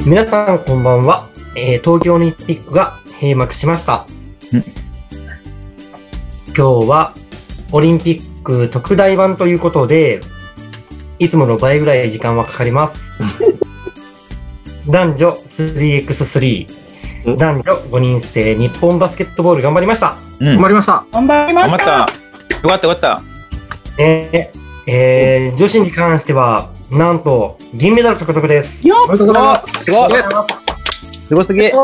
皆さんこんばんは、東京オリンピックが閉幕しました。今日はオリンピック特大版ということで、いつもの倍ぐらい時間はかかります。男女 3x3、男女5人制日本バスケットボール頑張りました。 頑張りました。 頑張りました。 よかったよかった。 女子に関してはなんと銀メダル獲得です。 おめでとうございます。すごい。すごすぎ。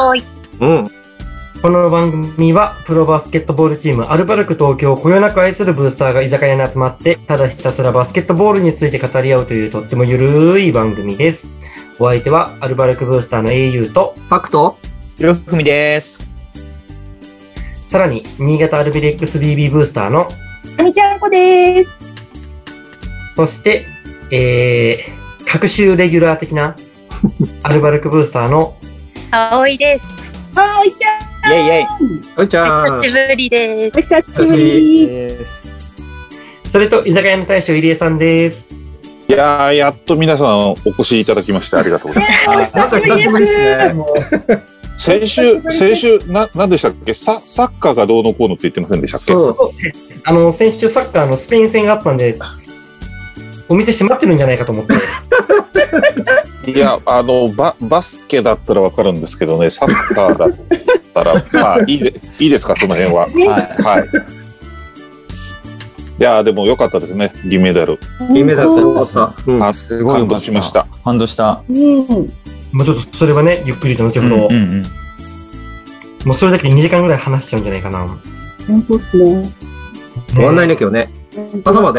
この番組はプロバスケットボールチームアルバルク東京をこよなく愛するブースターが居酒屋に集まってただひたすらバスケットボールについて語り合うというとってもゆるい番組です。お相手はアルバルクブースターの au とパクとひろふみです。 さらに新潟アルビレックス BB ブースターのあみちゃんこです。 そして各週レギュラー的なアルバルクブースターのあおいです。 あおいちゃん。 イェイイェイ。 おいちゃん。 お久しぶりです。 お久しぶりです。 それと居酒屋の大将入江さんです。 いややっと皆さんお越しいただきましてありがとうございます。 お久しぶりです。 先週何でしたっけ、サッカーがどうのこうのって言ってませんでしたっけ。 そう先週サッカーのスペイン戦があったんでお店閉まってるんじゃないかと思っていやバスケだったらわかるんですけどね、サッカーだったらまあいいですか、その辺は。はい。いやでも良かったですね、銀メダル。 銀メダルすごかった。 すごい感動しました。 感動した。 もうちょっとそれはねゆっくりと後ほど、もうそれだけで2時間ぐらい話しちゃうんじゃないかな。 本当っすね。 終わんないね今日ね。朝まで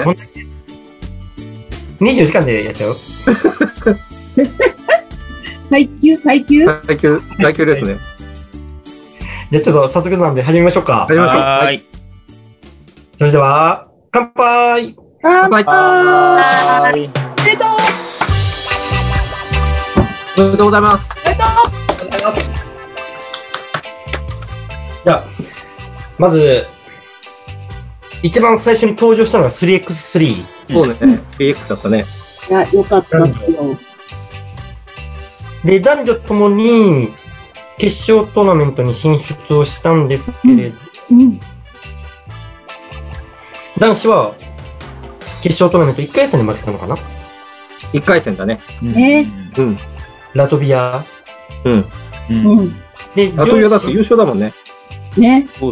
24時間でやっちゃう。 耐久ですね。 じゃあちょっと早速なんで始めましょうか。 始めましょう。はい。 それでは乾杯。 乾杯。 はい。おめでとうございます。 おめでとうございます。 じゃあまず一番最初に登場したのが 3x3。 そうね、3x だったね。 いや、よかったですよ。 で、男女ともに決勝トーナメントに進出をしたんですけれど、男子は決勝トーナメント1回戦で負けたのかな。 1回戦だね。 ラトビア。 で、ラトビアだって優勝だもんね。 ね。 そう。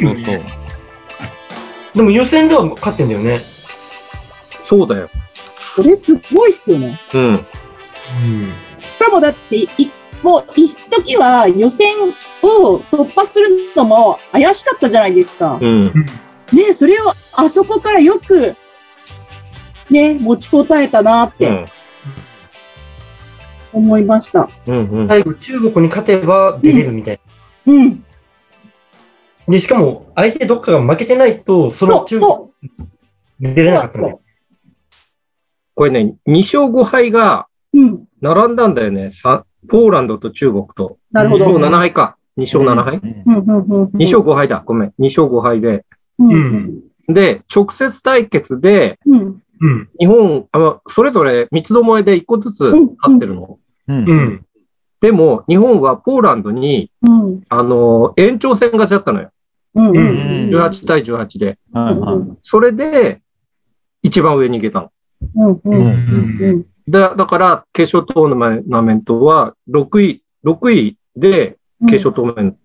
でも予選では勝ってんだよね。 そうだよ。 これすごいっすよね。しかもだってもう一時は予選を突破するのも怪しかったじゃないですか。ね、それをあそこからよくね持ちこたえたなって思いました。 最後中国に勝てば出れるみたいな。でしかも相手どっかが負けてないとその中国出れなかったの。 これね、2勝5敗が並んだんだよね。ポーランドと中国と。 なるほど。 2勝7敗か。2勝7敗 ?2 勝5敗だ。ごめん。2勝5敗で。で、直接対決で、日本、それぞれ三つどもえで1個ずつ勝ってるの。でも、日本はポーランドに、延長戦勝ちだったのよ。18対18で。それで、一番上に行けたの。だから決勝トーナメントは6位で決勝ト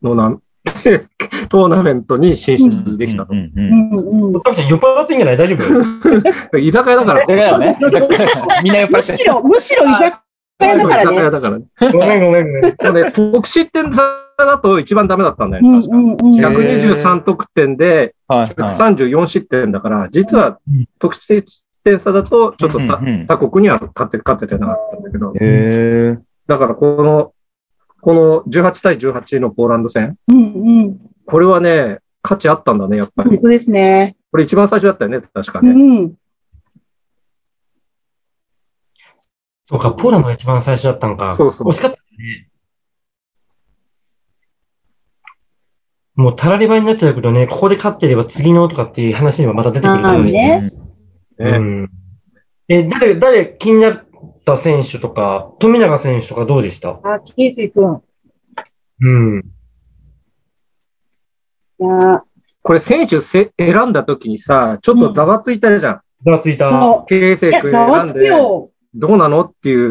ーナメントに進出できたと。 多分酔っ払ってんじゃない？大丈夫？ 居酒屋だから。 みんな酔っ払ってる。むしろ居酒屋だからね。 ごめん。 得失点差だと一番ダメだったんだよね。確か。123得点で134失点だから、実は得失点差だとちょっと他国には勝ててなかったんだけど。だからこの18対18のポーランド戦。これはね、価値あったんだね、やっぱり。 本当ですね。 これ一番最初だったよね、確かね。 そうか、ポーランドが一番最初だったのか。 そう。 惜しかったね。もうたらればになっちゃうけどね、ここで勝ってれば次のとかっていう話にはまた出てくるかもしれない。誰気になる田選手とか、富永選手とかどうでした？ 圭介くん。 うん。 いやこれ選手選んだ時にさ、ちょっとざわついたじゃん。 ざわついた。 圭介くん選んで、どうなのっていう、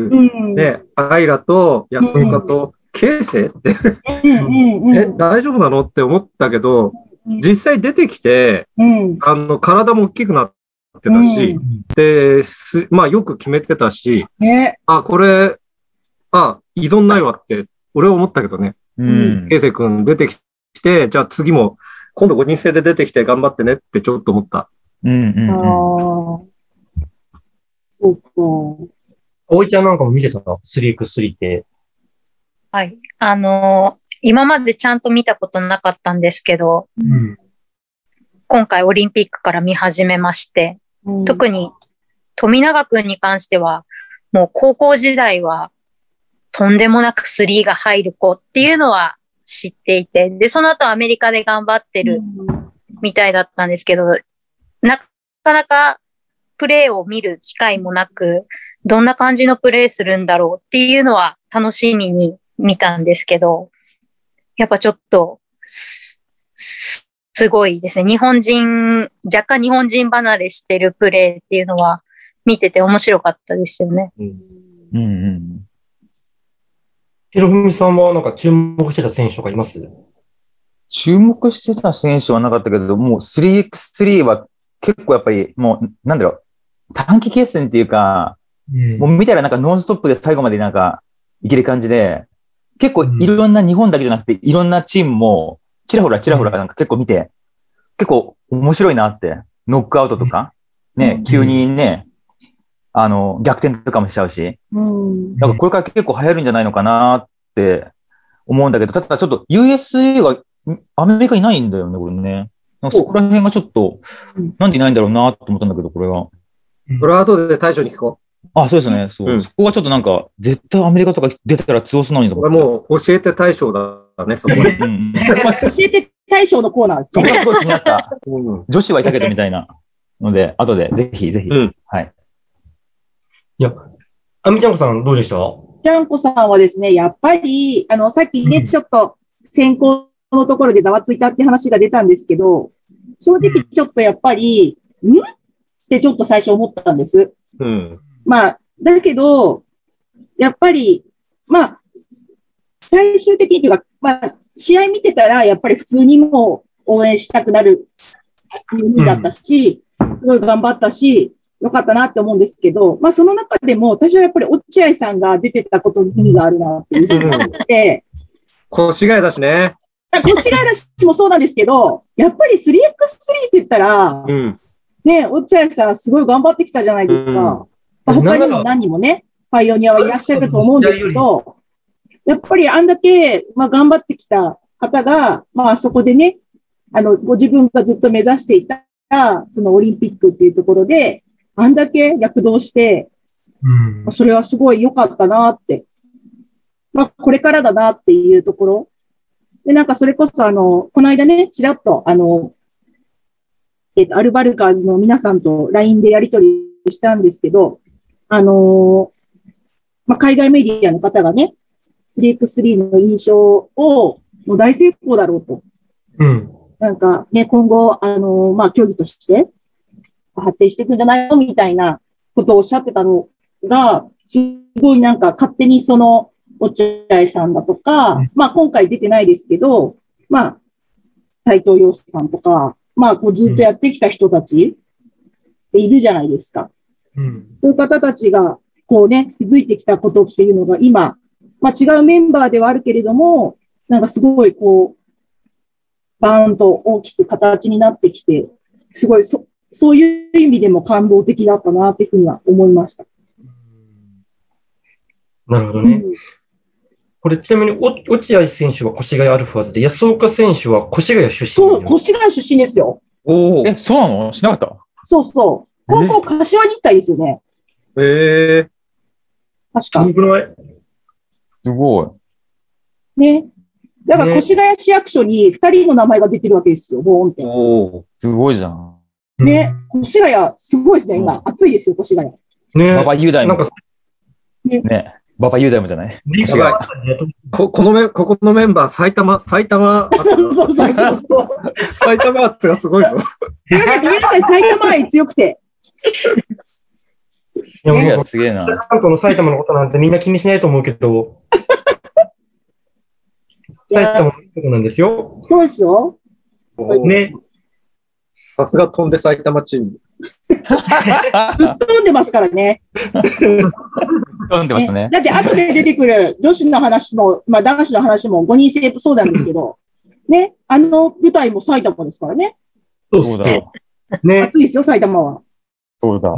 ね、アイラと安岡と、圭介って大丈夫なのって思ったけど、実際出てきて、体も大きくなってたし、で、まあよく決めてたし、これ、依存ないわって、俺は思ったけどね。圭介くん出てきて、じゃあ次も、今度5人制で出てきて頑張ってねってちょっと思った。 そうか。 葵ちゃんなんかも見てた 3x3 って。 はい。今までちゃんと見たことなかったんですけど、今回オリンピックから見始めまして、特に富永くんに関しては、もう高校時代はとんでもなく3が入る子っていうのは知っていて、で、その後アメリカで頑張ってるみたいだったんですけど、なかなかプレーを見る機会もなく、どんな感じのプレーするんだろうっていうのは楽しみに見たんですけど、やっぱちょっと、すごいですね。若干日本人離れしてるプレーっていうのは見てて面白かったですよね。 ひろふみさんはなんか注目してた選手とかいます？ 注目してた選手はなかったけど、もう 3x3 は結構やっぱりもう、なんだろう、短期決戦っていうか、もう見たらなんかノンストップで最後までなんかいける感じで、結構いろんな日本だけじゃなくていろんなチームもちらほらなんか結構見て、結構面白いなって、ノックアウトとか、ね、急にね、逆転とかもしちゃうし、なんかこれから結構流行るんじゃないのかなって思うんだけど、ただちょっと USA がアメリカいないんだよね、これね。なんかそこら辺がちょっと、なんでいないんだろうなと思ったんだけど、これは。 それは後で大将に聞こう。そうですね。そこはちょっとなんか、絶対アメリカとか出たら強そうなのにと思って。 もう教えて大将だね、そこで。 教えて大将のコーナーですね。 すごい気になった。女子はいたけどみたいなので、後でぜひ。はい。 いや、あみちゃんこさんどうでした？ ちゃんこさんはですね、やっぱり、さっきね、ちょっと選考のところでざわついたって話が出たんですけど、正直ちょっとやっぱり、ってちょっと最初思ったんです。まあ、だけど、やっぱり、まあ、最終的にというか、まあ、試合見てたら、やっぱり普通にも応援したくなる意味だったし、すごい頑張ったし、よかったなって思うんですけど、まあその中でも私はやっぱり落合さんが出てたことに意味があるなっていうふうに思って、 越谷だしね。 越谷だしもそうなんですけど、やっぱり 3x3 って言ったら、ね、落合さんすごい頑張ってきたじゃないですか。他にも何人もね、パイオニアはいらっしゃると思うんですけど、やっぱりあんだけ、まあ、頑張ってきた方が、まあそこでね、ご自分がずっと目指していた、そのオリンピックっていうところで、あんだけ躍動して、それはすごい良かったなって。まあ、これからだなっていうところ。で、なんかそれこそこの間ね、ちらっとアルバルカーズの皆さんと LINE でやり取りしたんですけど、まあ、海外メディアの方がね、3x3 の印象を、もう大成功だろうと。なんかね、今後、まあ、競技として、発展していくんじゃないのみたいなことをおっしゃってたのが、すごいなんか勝手にその、落合さんだとか、まあ今回出てないですけど、まあ、斉藤陽さんとか、まあこうずっとやってきた人たちっているじゃないですか。そういう方たちが、こうね、気づいてきたことっていうのが今、まあ違うメンバーではあるけれども、なんかすごいこう、バーンと大きく形になってきて、すごいそういう意味でも感動的だったなっていうふうには思いました。 なるほどね。これちなみに落合選手は越谷アルファーズで、安岡選手は越谷出身。 そう、越谷出身ですよ。 そうなの？しなかった？ そうそう。高校柏に行ったんですよね。 確か。 すごい。 ね。だから越谷市役所に2人の名前が出てるわけですよ、ボーンって。 すごいじゃん。 ね。越谷、すごいですね、今。暑いですよ、越谷。 ね。 馬場雄大も。 ね。馬場雄大もじゃない？ ここのメンバー、埼玉、 そう埼玉アットがすごいぞ。 すいません、皆さん埼玉愛強くて。 いや、すげえな。関東の埼玉のことなんてみんな気にしないと思うけど、埼玉のことなんですよ。 そうですよ。 ね。 さすが飛んで埼玉チーム。 ぶっ飛んでますからね。 飛んでますね。 だって後で出てくる女子の話も、まあ男子の話も5人制そうなんですけど、ね、舞台も埼玉ですからね。 そうだ。 ね。 暑いですよ、埼玉は。 そうだ。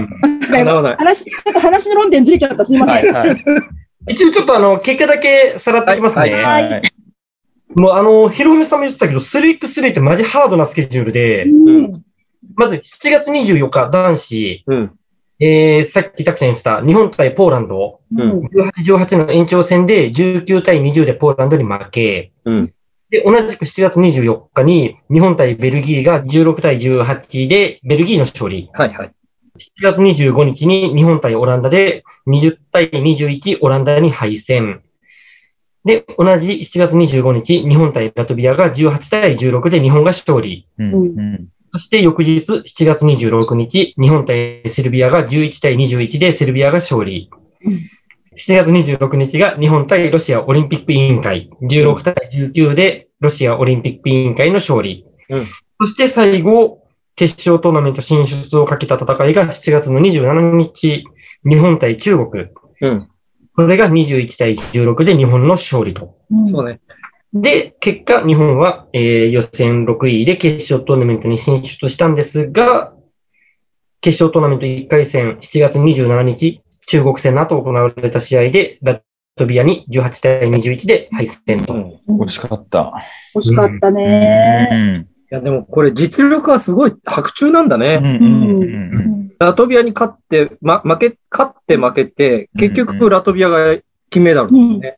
話の論点ずれちゃった。すいません。 一応ちょっと結果だけさらってきますね。はい。もうひろふみさんも言ってたけど、3x3 ってマジハードなスケジュールで、まず7月24日男子、さっきタクちゃん言ってた日本対ポーランド、18、18の延長戦で19対20でポーランドに負け、で、同じく7月24日に日本対ベルギーが16対18でベルギーの勝利。 はいはい。 7月25日に日本対オランダで20対21オランダに敗戦。で、同じ7月25日、日本対ラトビアが18対16で日本が勝利。そして翌日、7月26日、日本対セルビアが11対21でセルビアが勝利。7月26日が日本対ロシアオリンピック委員会、16対19でロシアオリンピック委員会の勝利。そして最後、決勝トーナメント進出をかけた戦いが7月の27日、日本対中国。これが21対16で日本の勝利と。 そうね。 で、結果、日本は、予選6位で決勝トーナメントに進出したんですが、決勝トーナメント1回戦、7月27日、中国戦の後行われた試合で、ラトビアに18対21で敗戦と。 惜しかった。 惜しかったね。 いや、でもこれ実力はすごい白昼なんだね。ラトビアに勝って負けて、結局ラトビアが金メダルだよね。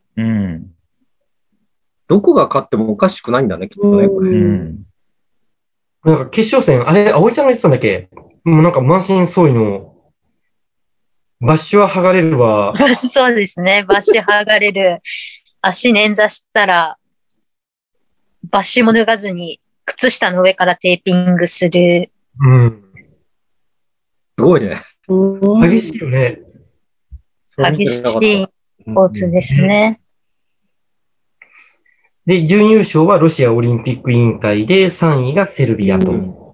どこが勝ってもおかしくないんだね、きっとね、これ。 なんか決勝戦、あれ、葵ちゃんが言ってたんだっけ？もうなんか満身創痍の、バッシュは剥がれるわ。 そうですね、バッシュ剥がれる。足捻挫したら、バッシュも脱がずに、靴下の上からテーピングする。 すごいね。 激しいよね。 激しいスポーツですね。 で、準優勝はロシアオリンピック委員会で、3位がセルビアと。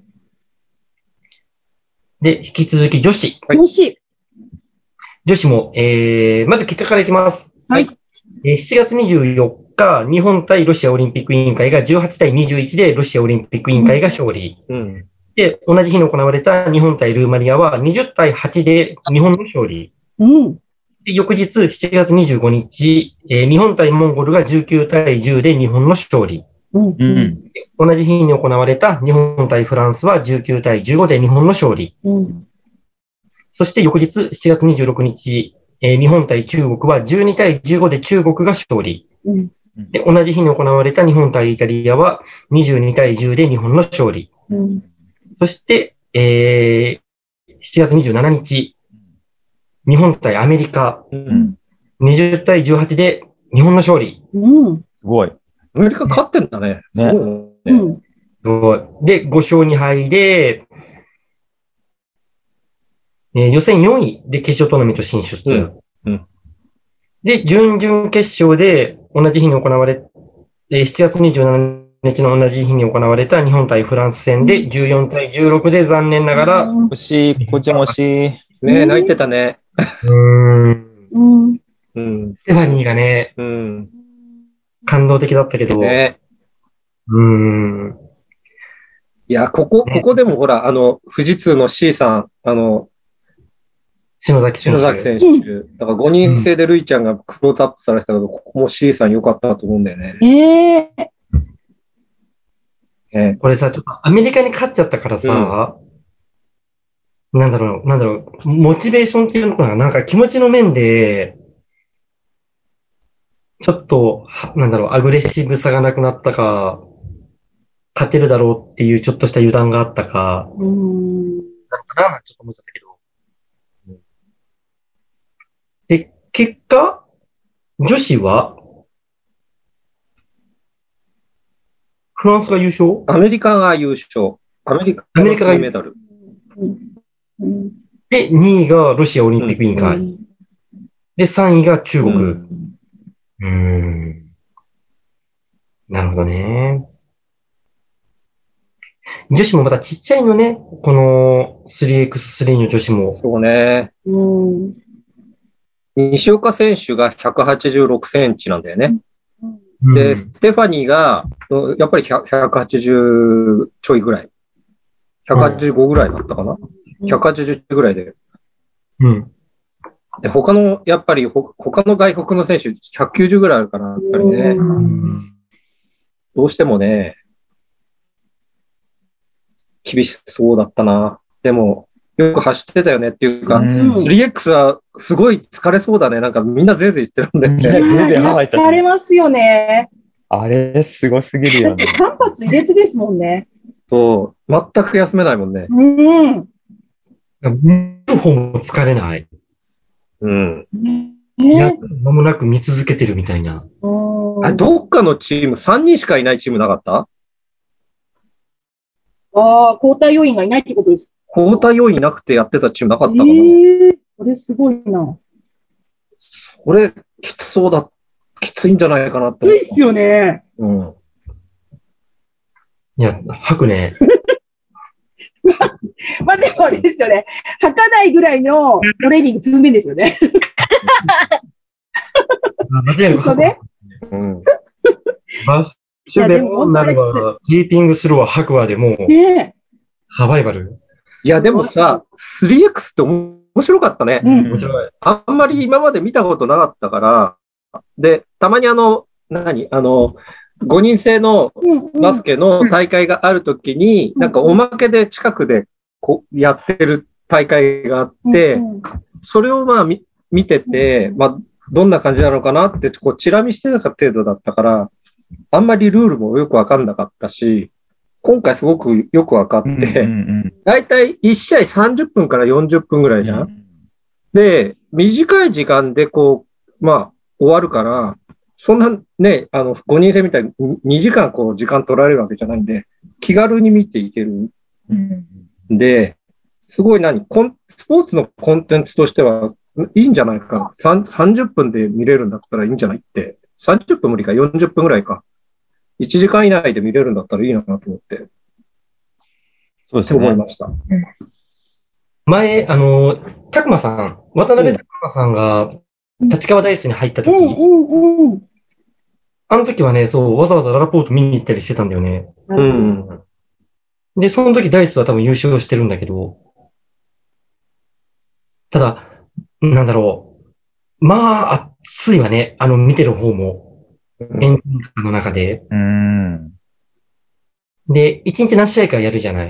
で、引き続き女子。女子も、まず結果からいきます。 はい。 7月24日、日本対ロシアオリンピック委員会が18対21でロシアオリンピック委員会が勝利。で、同じ日に行われた日本対ルーマニアは20対8で日本の勝利。で翌日7月25日、日本対モンゴルが19対10で日本の勝利。同じ日に行われた日本対フランスは19対15で日本の勝利。そして翌日7月26日、日本対中国は12対15で中国が勝利。で同じ日に行われた日本対イタリアは22対10で日本の勝利。そして、7月27日、日本対アメリカ、20対18で日本の勝利。 すごい。 アメリカ勝ってんだね。 ね。 すごい。で、5勝2敗で、予選4位で決勝トーナメント進出。で、準々決勝で同じ日に行われ、7月27日の同じ日に行われた日本対フランス戦で14対16で残念ながら。 惜しい、こっちも惜しい。 ね、泣いてたね。 ステファニーがね、感動的だったけど。 ね、いや、ここでもほら、富士通の C さん、 篠崎選手。だから5人制でルイちゃんがクローズアップされてたけど、ここも C さん良かったと思うんだよね。 これさ、ちょっとアメリカに勝っちゃったからさ、なんだろう、モチベーションっていうのかな、なんか気持ちの面で、ちょっと、アグレッシブさがなくなったか、勝てるだろうっていうちょっとした油断があったか、なのかな、ちょっと思っちゃったけど。で、 結果、女子は、フランスが優勝？ アメリカが優勝。アメリカがメダル。 で、2位がロシアオリンピック委員会。で、3位が中国。なるほどね。女子もまたちっちゃいのね。この 3x3 の女子も。 そうね。西岡選手が186センチなんだよね。で、ステファニーが、やっぱり180ちょいぐらい。185ぐらいだったかな。180ぐらいで。で、やっぱり他の外国の選手190ぐらいあるから、やっぱりね。どうしてもね、厳しそうだったな。でも、よく走ってたよねっていうか、3X はすごい疲れそうだね。なんかみんなぜいぜい言ってるんで。 疲れますよね。 あれ、すごすぎるよね。 間髪入れずですもんね。 そう。全く休めないもんね。 見る方も疲れない。間もなく見続けてるみたいな。 どっかのチーム、3人しかいないチームなかった？ 交代要員がいないってことですか？ 交代要員いなくてやってたチームなかったかな。 それすごいな。 それ、きついんじゃないかなって。 きついっすよね。 いや、吐くね。 まあでもあれですよね。吐かないぐらいのトレーニング続くんですよね。 間違いなく吐くね。バッシュベロになるわ、キーピングするわ、吐くわでもう、サバイバル。 いや、でもさ、3X って面白かったね。 面白い。 あんまり今まで見たことなかったから、で、たまに5人制のバスケの大会があるときに、なんかおまけで近くでやってる大会があって、それを見てて、どんな感じなのかなって、チラ見してた程度だったから、あんまりルールもよくわかんなかったし、今回すごくよくわかって、だいたい1試合30分から40分ぐらいじゃん。で、短い時間で終わるから、そんなね、5人制みたいに2時間時間取られるわけじゃないんで、気軽に見ていけるんで、すごいスポーツのコンテンツとしてはいいんじゃないかな。30分で見れるんだったらいいんじゃないって。30分無理か、40分ぐらいか。1時間以内で見れるんだったらいいなと思って。 そうですね。 思いました。 前、渡辺拓馬さんが立川ダイスに入った時、あの時はね、わざわざララポート見に行ったりしてたんだよね。で、その時ダイスは多分優勝してるんだけど、ただ、なんだろう。熱いわね。見てる方も。炎天下の中で。で、1日何試合かやるじゃない。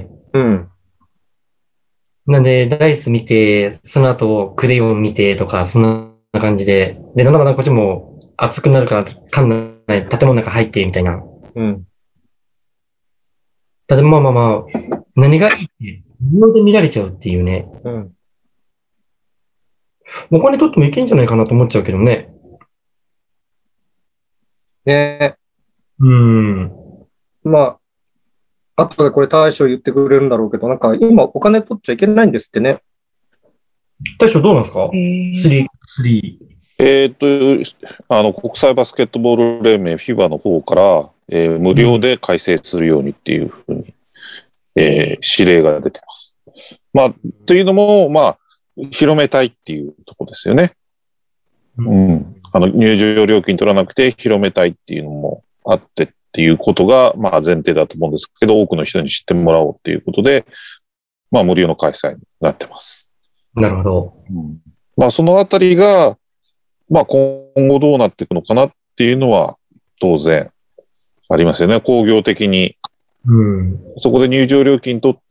なんで、ダイス見て、その後、クレヨン見てとか、そんな感じで。で、なんだかこっちも熱くなるから、館内、建物の中入って、みたいな。ただ、何がいいって、無料で見られちゃうっていうね。お金取ってもいけんじゃないかなと思っちゃうけどね。 ね。後でこれ大将言ってくれるんだろうけど、なんか今お金取っちゃいけないんですってね。 大将どうなんですか？3。 国際バスケットボール連盟 FIBA の方から、無料で開催するようにっていうふうに、指令が出てます。というのも、広めたいっていうところですよね。入場料金取らなくて広めたいっていうのもあってっていうことが、前提だと思うんですけど、多くの人に知ってもらおうっていうことで、無料の開催になってます。 なるほど。そのあたりが、今後どうなっていくのかなっていうのは当然ありますよね。工業的に。そこで入場料金取って、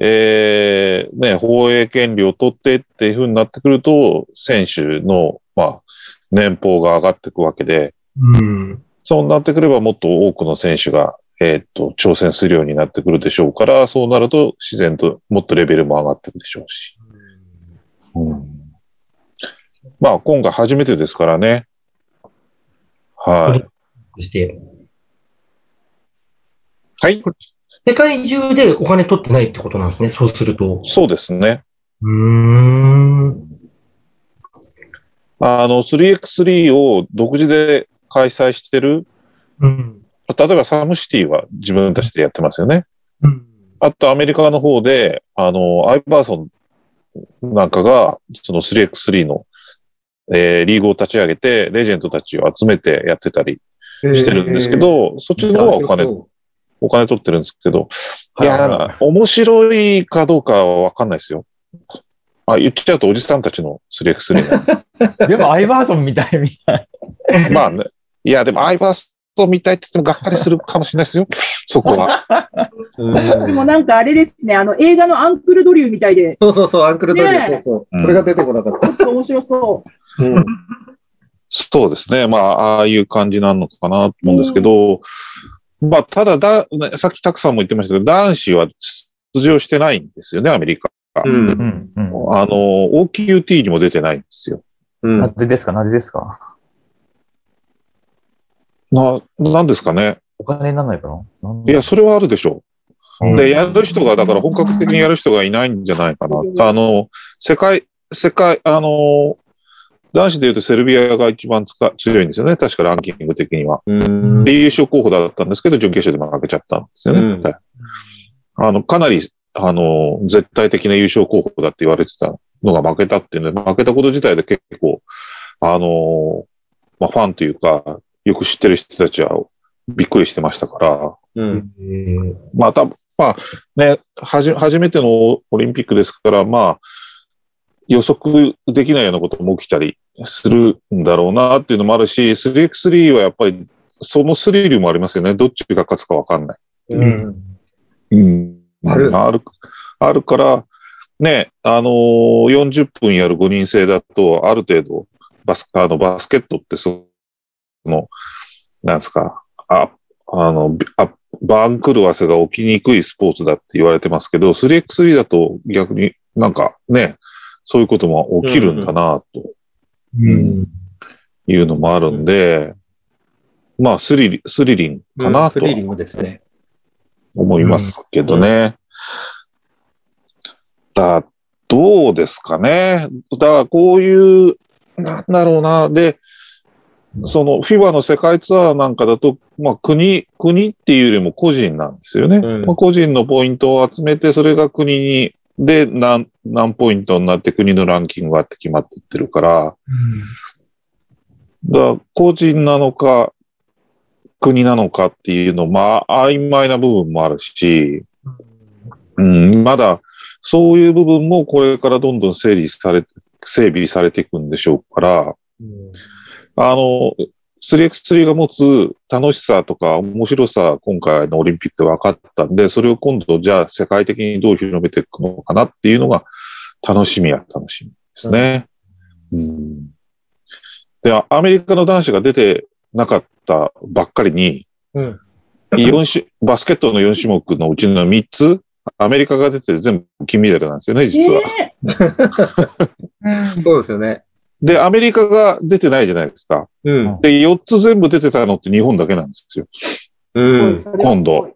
放映権料を取ってっていう風になってくると、選手の、年俸が上がっていくわけで、そうなってくればもっと多くの選手が、挑戦するようになってくるでしょうから、そうなると自然ともっとレベルも上がっていくでしょうし。 まあ、今回初めてですからね。はい。はい。 世界中でお金取ってないってことなんですね、そうすると。 そうですね。3x3 を独自で開催してる。例えばサムシティは自分たちでやってますよね。あとアメリカの方で、アイバーソンなんかが、その 3x3 の、リーグを立ち上げて、レジェンドたちを集めてやってたりしてるんですけど、そっちの方はお金取ってるんですけど、いや、面白いかどうかはわかんないですよ。言っちゃうとおじさんたちの 3x3 でもアイバーソンみたい。 まあね。いや、でもアイバーソンみたいって言ってもがっかりするかもしれないですよ。そこは。 でもなんかあれですね、映画のアンクルドリューみたいで。 そう、アンクルドリュー、そう。それが出てこなかった。 面白そう。 そうですね。まあ、ああいう感じなのかなと思うんですけど、まあ、たださっきたくさんも言ってましたけど、男子は出場してないんですよね、アメリカ。OQT にも出てないんですよ。 なんでですか？なんですかね。 お金にならないかな？ いや、それはあるでしょう。で、やる人が、だから本格的にやる人がいないんじゃないかな。男子で言うとセルビアが一番強いんですよね。確かランキング的には。で、優勝候補だったんですけど、準決勝で負けちゃったんですよね。かなり、絶対的な優勝候補だって言われてたのが負けたっていうので、負けたこと自体で結構、ファンというか、よく知ってる人たちはびっくりしてましたから。まあね、初めてのオリンピックですから、まあ、予測できないようなことも起きたりするんだろうなっていうのもあるし、3x3 はやっぱりそのスリルもありますよね。どっちが勝つかわかんない。あるから、ね、40分やる5人制だと、ある程度、バスケットってなんですか、番狂わせが起きにくいスポーツだって言われてますけど、3x3 だと逆になんかね、そういうことも起きるんだな、というのもあるんで、まあ、スリリングかなと。 スリリングですね。 思いますけどね。どうですかね。だからこういう、なんだろうな。で、その FIBA の世界ツアーなんかだと、まあ国っていうよりも個人なんですよね。まあ、個人のポイントを集めて、それが国に、で何ポイントになって国のランキングがあって決まっていってるから、だから個人なのか、国なのかっていうの、まあ、曖昧な部分もあるし、まだ、そういう部分もこれからどんどん整備されていくんでしょうから、3x3 が持つ楽しさとか面白さ、今回のオリンピックで分かったんで、それを今度、じゃあ世界的にどう広めていくのかなっていうのが、楽しみですね。で、アメリカの男子が出てなかったばっかりに、バスケットの4種目のうちの3つ、アメリカが出て全部金メダルなんですよね、実は。 そうですよね。 で、アメリカが出てないじゃないですか。で、4つ全部出てたのって日本だけなんですよ。今度。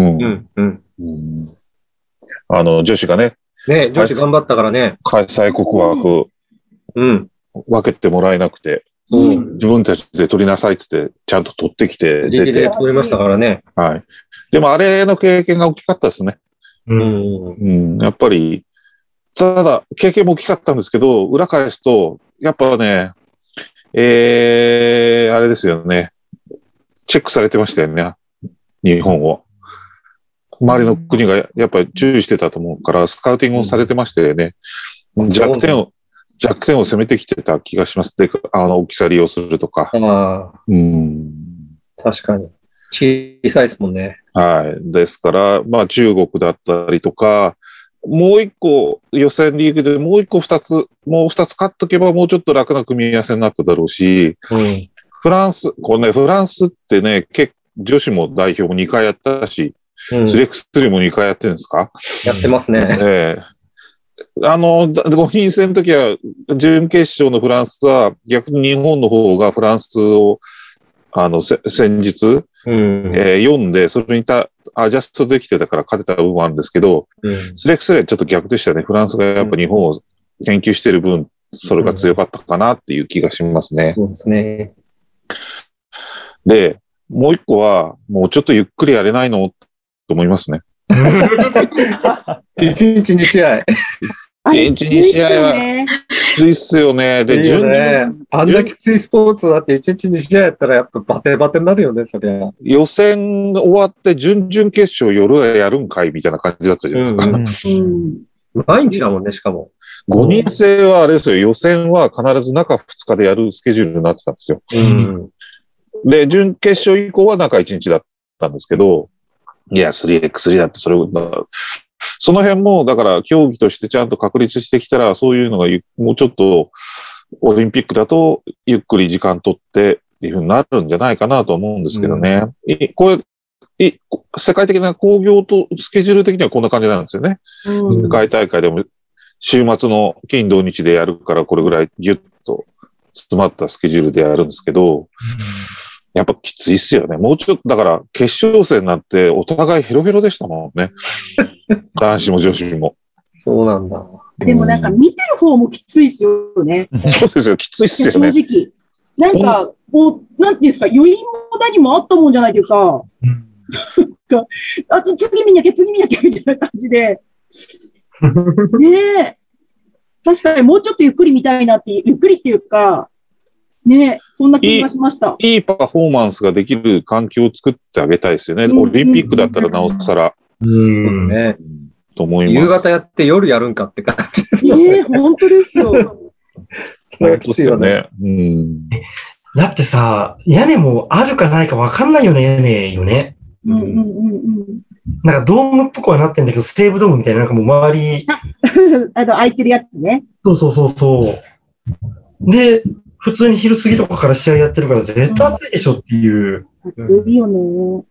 女子がね。 ね、女子頑張ったからね。 開催国枠、分けてもらえなくて。自分たちで取りなさいって言って、ちゃんと取ってきて出て。 取りましたからね。 はい。でもあれの経験が大きかったですね。やっぱり、ただ、経験も大きかったんですけど、裏返すと、やっぱね、あれですよね。チェックされてましたよね。日本を。周りの国がやっぱり注意してたと思うから、スカウティングをされてましたよね。弱点を攻めてきてた気がします。で、大きさ利用するとか。 確かに。小さいですもんね。 はい。ですから、まあ中国だったりとか、もう一個予選リーグでもう二つ勝っとけばもうちょっと楽な組み合わせになっただろうし、フランスってね、女子も代表も2回やったし、3x3 も2回やってるんですか？ やってますね。 5人戦の時は、準決勝のフランスは、逆に日本の方がフランスを、戦術、読んで、それにアジャストできてたから勝てた部分もあるんですけど、スレックスレーちょっと逆でしたね。フランスがやっぱ日本を研究してる分、それが強かったかなっていう気がしますね。 そうですね。 で、もう一個は、もうちょっとゆっくりやれないのと思いますね。 1日2試合。 1日2試合はきついっすよね。で、 あんなきついスポーツだって1日2試合やったらやっぱバテバテになるよね、そりゃ。 予選終わって準々決勝夜はやるんかいみたいな感じだったじゃないですか。 毎日だもんね、しかも。 5人制はあれですよ、予選は必ず中2日でやるスケジュールになってたんですよ。で、準決勝以降は中1日だったんですけど、いや、3x3 だってその辺も、だから競技としてちゃんと確立してきたら、そういうのがもうちょっとオリンピックだとゆっくり時間取ってっていうふうになるんじゃないかなと思うんですけどね。これ、世界的な興行とスケジュール的にはこんな感じなんですよね。世界大会でも週末の金土日でやるからこれぐらいギュッと詰まったスケジュールでやるんですけど、やっぱきついっすよね。もうちょっと、だから決勝戦になってお互いヘロヘロでしたもんね。男子も女子も。 そうなんだ。 でもなんか見てる方もきついっすよね。 そうですよ、きついっすよね。 正直。なんか、こう、なんていうんですか、余韻も何もあったもんじゃないというか、あと次見なきゃみたいな感じで。ねえ。確かにもうちょっとゆっくり見たいなって、ゆっくりっていうか、ね、そんな気がしました。 いいパフォーマンスができる環境を作ってあげたいですよね。オリンピックだったらなおさら。 そうですね。 と思います。 夕方やって夜やるんかって感じですよね。 本当ですよ。 本当ですよね。 だってさ、屋根もあるかないか分かんないような屋根よね。なんかドームっぽくはなってんだけど、西武ドームみたいな、なんかもう周り。 空いてるやつね。 そう。で、普通に昼過ぎとかから試合やってるから絶対暑いでしょっていう。 暑いよね。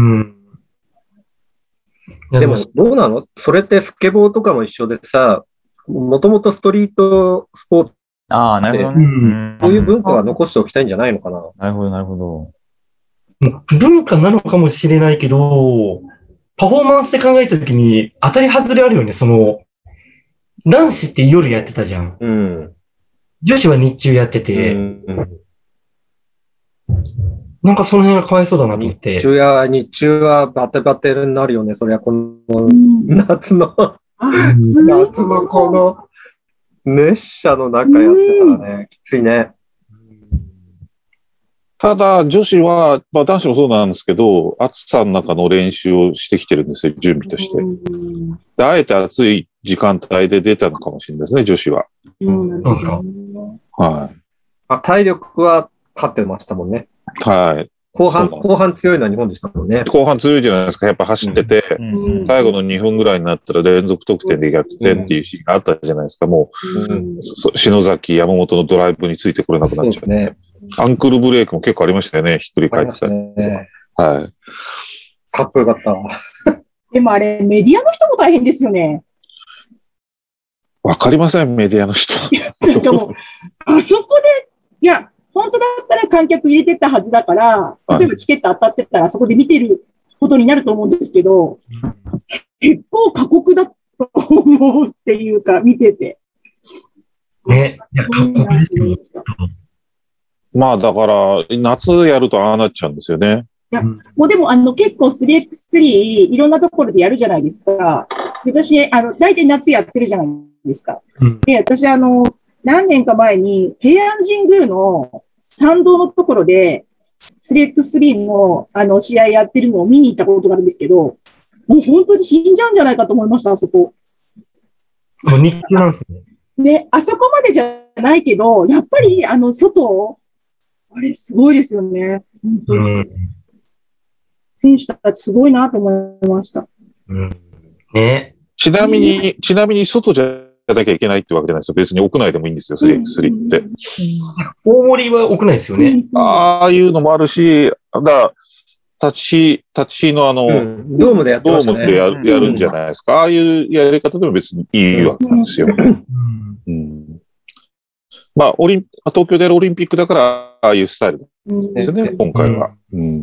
でも、どうなの？それってスケボーとかも一緒でさ、もともとストリートスポーツなるほどね。 そういう文化は残しておきたいんじゃないのかな。 なるほど。 文化なのかもしれないけど、パフォーマンスで考えたときに当たり外れあるよね。男子って夜やってたじゃん。女子は日中やってて、なんかその辺がかわいそうだなと思って。 日中はバテバテになるよね。そりゃこの夏のこの熱射の中やってたらね、きついね。 ただ、女子は、男子もそうなんですけど、暑さの中の練習をしてきてるんですよ、準備として。で、あえて暑い時間帯で出たのかもしれないですね、女子は。 なんですか？ はい。 体力は勝ってましたもんね。 はい。 後半強いのは日本でしたもんね。 後半強いじゃないですか。やっぱ走ってて、最後の2分ぐらいになったら連続得点で逆転っていうシーンがあったじゃないですか。もう、篠崎、山本のドライブについてこれなくなっちゃう。ね。アンクルブレイクも結構ありましたよね。ひっくり返ってたりとか。はい。 かっこよかった。 でもあれ、メディアの人も大変ですよね。 わかりません、メディアの人。 でも、あそこで、いや、本当だったら観客入れてたはずだから、例えばチケット当たってたらそこで見てることになると思うんですけど、結構過酷だと思うっていうか、見てて。 ね、いや、過酷ですよ。 まあだから、夏やるとああなっちゃうんですよね。 いや、もうでも結構 3x3 いろんなところでやるじゃないですか。私、大体夏やってるじゃないですか。で、私何年か前に平安神宮の参道のところで 3x3 の試合やってるのを見に行ったことがあるんですけど、もう本当に死んじゃうんじゃないかと思いました、あそこ。 日中なんですね。 ね、あそこまでじゃないけど、やっぱり外、あれすごいですよね。本当に。選手たちすごいなと思いました。 ね。 ちなみに外じゃなきゃいけないってわけじゃないですよ。別に屋内でもいいんですよ、3x3 って。 大森は屋内ですよね。 ああいうのもあるし、 立ち火のドームでやってましたね。 ドームでやるんじゃないですか。ああいうやり方でも別にいいわけなんですよ。まあ、東京でやるオリンピックだから、ああいうスタイルですよね、今回は。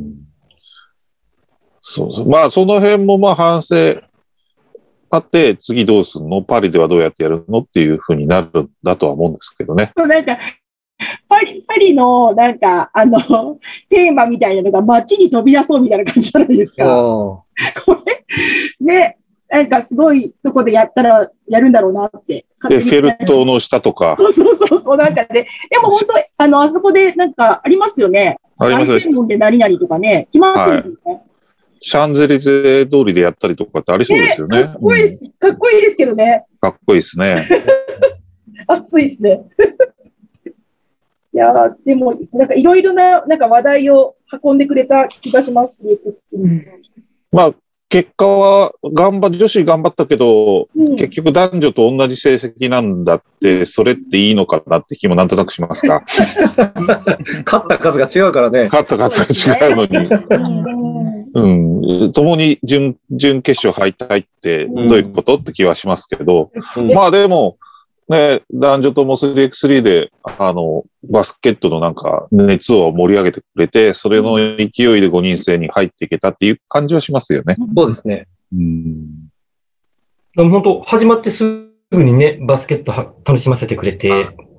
そう。まあ、その辺もまあ反省あって、次どうするの？パリではどうやってやるのっていうふうになるんだとは思うんですけどね。 なんか、パリの、なんか、テーマみたいなのが街に飛び出そうみたいな感じじゃないですか。これ、ね、なんかすごいとこでやったらやるんだろうなって。 エッフェル塔の下とか。 そう、なんかね。でも本当、あそこでなんかありますよね。 ありますよ。 大専門で何々とかね、決まってるんですね。 シャンゼリゼ通りでやったりとかってありそうですよね。 かっこいいですけどね。 かっこいいですね。 熱いですね。いやでも、なんかいろいろな、なんか話題を運んでくれた気がします、 まあ、結果は女子頑張ったけど、結局男女と同じ成績なんだって、それっていいのかなって気もなんとなくしますか。 勝った数が違うからね。 勝った数が違うのに。共に準決勝敗退ってどういうことって気はしますけど、まあでも、ね、男女とも 3x3 で、バスケットのなんか熱を盛り上げてくれて、それの勢いで5人制に入っていけたっていう感じはしますよね。 そうですね。 でも本当、始まってすぐにね、バスケット楽しませてくれて、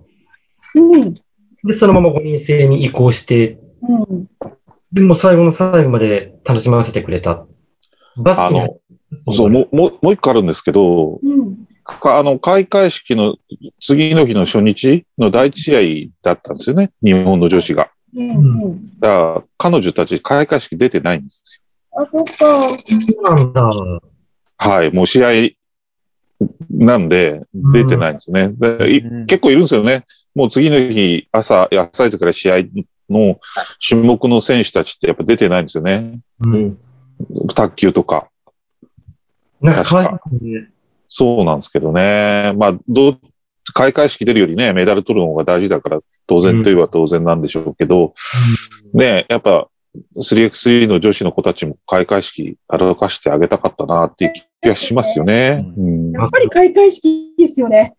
で、そのまま5人制に移行して、でも最後の最後まで楽しませてくれた。バスケそう、もう一個あるんですけど、開会式の次の日の初日の第一試合だったんですよね。日本の女子が。だから彼女たち開会式出てないんですよ。あ、そっか。 そうなんだ。 はい、もう試合なんで出てないんですね。結構いるんですよね。もう次の日朝一から試合の種目の選手たちってやっぱ出てないんですよね。卓球とか。 なんかそうなんですけどね。まあ、開会式出るよりね、メダル取るのが大事だから、当然といえば当然なんでしょうけど、ね、やっぱ、3x3 の女子の子たちも開会式歩かしてあげたかったなっていう気がしますよね。 やっぱり開会式ですよね。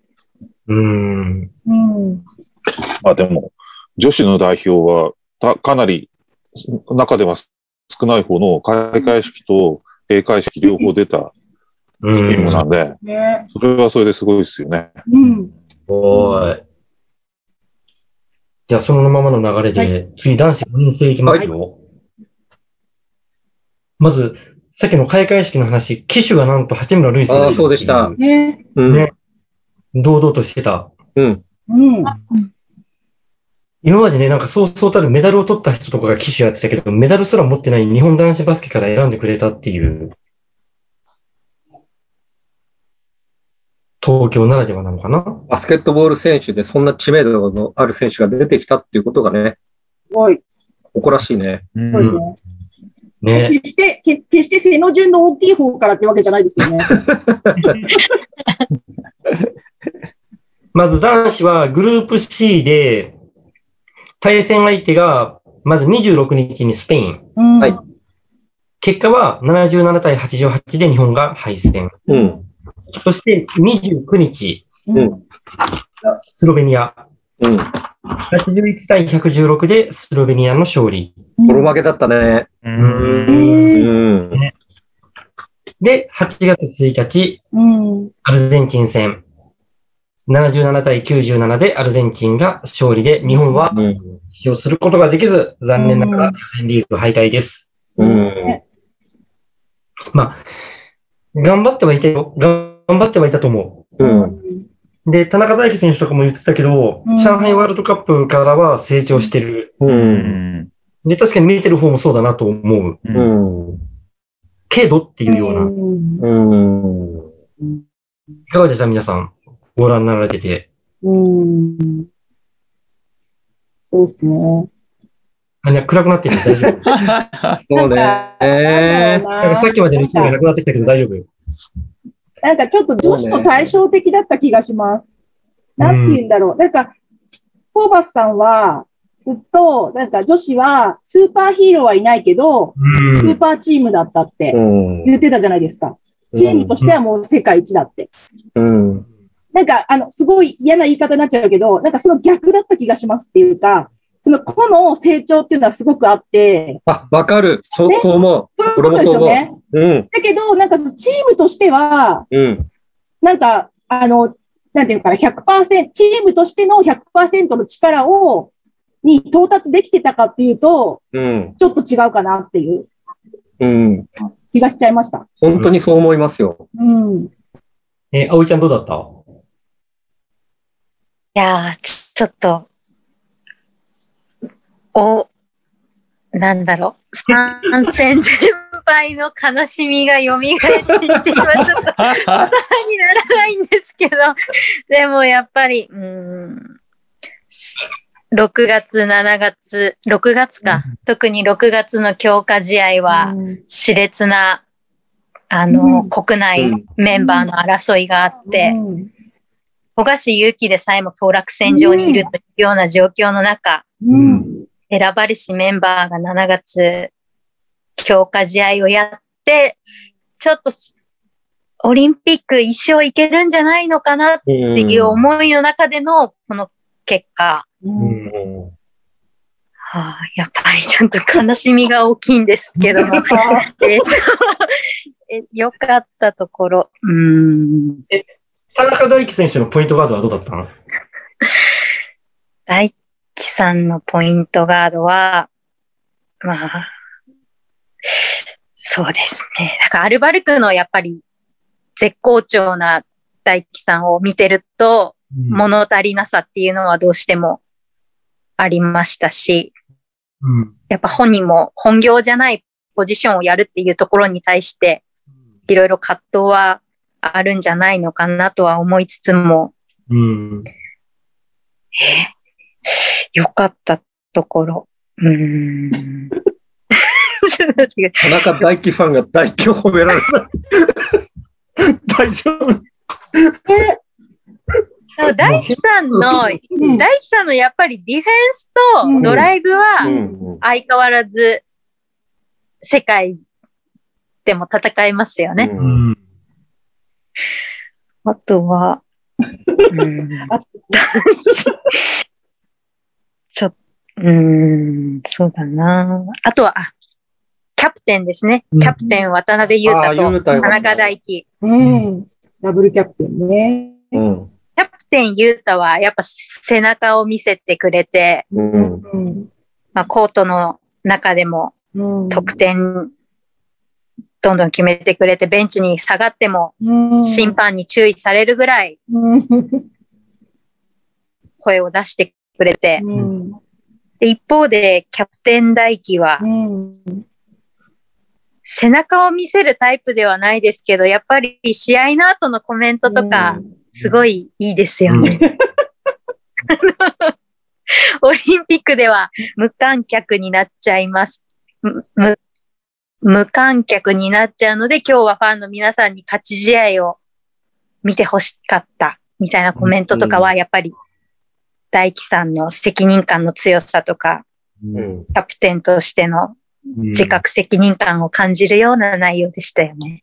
まあでも、女子の代表は、かなり、中では少ない方の開会式と閉会式両方出たチームなんで、それはそれですごいですよね。 じゃあそのままの流れで、次男子5人制いきますよ。まず、さっきの開会式の話、旗手がなんと八村塁選手。 そうでした。 ね。堂々としてた。今までね、なんかそうたるメダルを取った人とかが旗手やってたけど、メダルすら持ってない日本男子バスケから選んでくれたっていう、東京ならではなのかな。 バスケットボール選手でそんな知名度のある選手が出てきたっていうことがね、 すごい。 誇らしいね。 そうですね。決して背の順の大きい方からってわけじゃないですよね。 まず男子はグループ C で、対戦相手が、まず26日にスペイン。結果は77対88で日本が敗戦。そして29日、スロベニア。81対116でスロベニアの勝利。 ボロ負けだったね。 で、8月1日、アルゼンチン戦。77対97でアルゼンチンが勝利で、日本は出場することができず、残念ながら予選リーグ敗退です。まあ、頑張ってはいたよ。頑張ってはいたと思う。で、田中大輝選手とかも言ってたけど、上海ワールドカップからは成長してる。で、確かに見てる方もそうだなと思う。けどっていうような。いかがでした皆さん。ご覧になられてて。 そうですね。 暗くなってる大丈夫そうね。 なんかさっきまでの勢いがなくなってきたけど大丈夫？ なんかちょっと女子と対照的だった気がします。なんて言うんだろう。なんか、ホーバスさんは、 と、なんか女子はスーパーヒーローはいないけど、スーパーチームだったって言ってたじゃないですか。チームとしてはもう世界一だって。なんか、すごい嫌な言い方になっちゃうけど、なんかその逆だった気がしますっていうか、その個の成長っていうのはすごくあって。 わかる。そう思う。 そういうことですよね。だけど、なんかチームとしては、なんか、なんていうのかな、100%、チームとしての 100% の力に到達できてたかっていうと、ちょっと違うかなっていう気がしちゃいました。 本当にそう思いますよ。 葵ちゃんどうだった？ いやー、ちょっと、なんだろう、参戦先輩の悲しみが蘇っていて、今ちょっと言葉にならないんですけど、でもやっぱり、6月、7月、6月か、特に6月の強化試合は、熾烈な、国内メンバーの争いがあって、富樫勇樹でさえも当落線上にいるというような状況の中、選ばれしメンバーが7月、強化試合をやって、ちょっと、オリンピック一生いけるんじゃないのかなっていう思いの中での、この結果。やっぱりちょっと悲しみが大きいんですけども。よかったところ。 田中大輝選手のポイントガードはどうだったの？ 大輝さんのポイントガードは、そうですね。なんかアルバルクのやっぱり絶好調な大輝さんを見てると、物足りなさっていうのはどうしてもありましたし、やっぱ本人も本業じゃないポジションをやるっていうところに対して、いろいろ葛藤はあるんじゃないのかなとは思いつつも、よかったところ。 田中大輝ファンが大輝を褒められない。大丈夫。 大輝さんのやっぱりディフェンスとドライブは相変わらず世界でも戦えますよね。あとは、そうだな。あとは、キャプテンですね。キャプテン渡辺裕太と田中大輝。 ダブルキャプテンね。 キャプテン裕太はやっぱ背中を見せてくれて、コートの中でも得点どんどん決めてくれて、ベンチに下がっても審判に注意されるぐらい声を出してくれて、で一方でキャプテン大輝は背中を見せるタイプではないですけど、やっぱり試合の後のコメントとかすごいいいですよね。オリンピックでは無観客になっちゃいます。無観客になっちゃうので、今日はファンの皆さんに勝ち試合を見てほしかったみたいなコメントとかは、やっぱり大輝さんの責任感の強さとか、キャプテンとしての自覚責任感を感じるような内容でしたよね。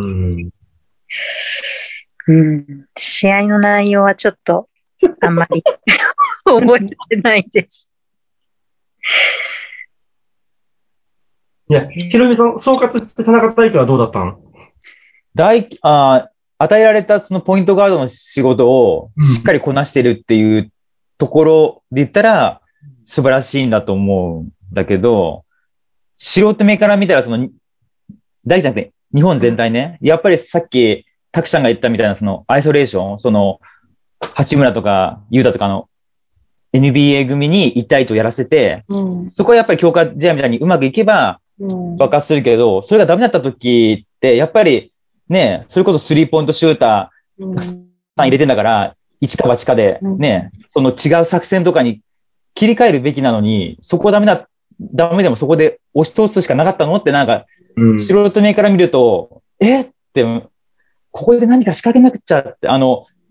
試合の内容はちょっとあんまり覚えてないです。 いや、ひろみさん、総括して田中大輝はどうだったの？ 与えられたそのポイントガードの仕事をしっかりこなしてるっていうところで言ったら素晴らしいんだと思うんだけど、素人目から見たらその、大輝じゃなくて日本全体ね、やっぱりさっきタクちゃんが言ったみたいなそのアイソレーション、その八村とかユータとかの NBA 組に1対1をやらせて、そこはやっぱり強化試合みたいにうまくいけば爆発するけど、それがダメだった時ってやっぱりね、それこそスリーポイントシューター入れてんだから、一か八かでね、その違う作戦とかに切り替えるべきなのに、そこダメでもそこで押し通すしかなかったのってなんか、素人目から見ると、って、ここで何か仕掛けなくちゃって、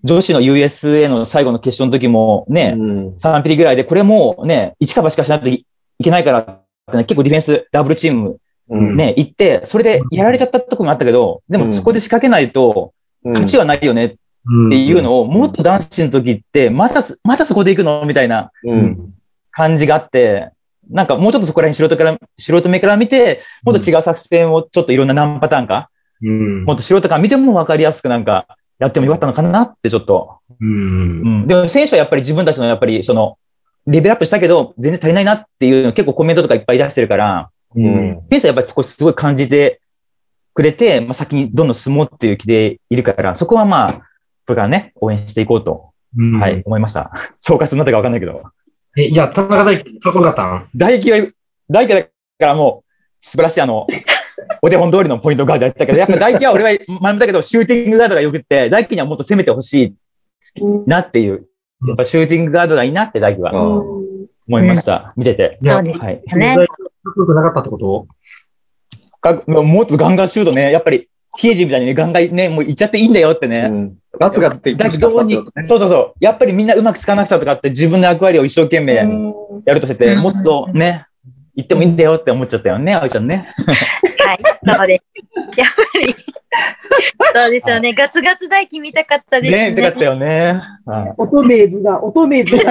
女子の USA の最後の決勝の時もね、3ピリぐらいで、これもうね、一か八かしないといけないから、結構ディフェンス、ダブルチーム、ね、行って、それでやられちゃったところもあったけど、でもそこで仕掛けないと、勝ちはないよねっていうのを、もっと男子の時って、またそこで行くのみたいな感じがあって、なんかもうちょっとそこら辺素人目から見て、もっと違う作戦をちょっといろんな何パターンか、もっと素人から見ても分かりやすくなんか、やってもよかったのかなってちょっと。でも選手はやっぱり自分たちのやっぱりその、レベルアップしたけど、全然足りないなっていうの結構コメントとかいっぱい出してるから、選手はやっぱりそこすごい感じてくれて、まあ、先にどんどん進もうっていう気でいるから、そこはまあ、これからね、応援していこうと、はい、思いました。総括になったか分かんないけど。 じゃあ、田中大輝、かっこよかったん？ 大輝だからもう、素晴らしいお手本通りのポイントガードやったけど、やっぱ大輝は俺は前もだけど、シューティングガードがよくって、大輝にはもっと攻めてほしいなっていう、やっぱシューティングガードがいいなって大輝は思いました。見てて。 そうですね。 かっこよくなかったってこと？ もっとガンガンシュートね、やっぱり、ヒエジみたいにね、ガンガンね、もう行っちゃっていいんだよってね。 ガツガツって言ってどうに、そう。やっぱりみんなうまくつかなくちゃとかって自分の役割を一生懸命やるとしてて、もっとね、行ってもいいんだよって思っちゃったよね、あおちゃんね。 はい、そうです。やっぱり、そうですよね。ガツガツ大輝見たかったですね。 見たかったよね。 乙女図だ。 乙女図。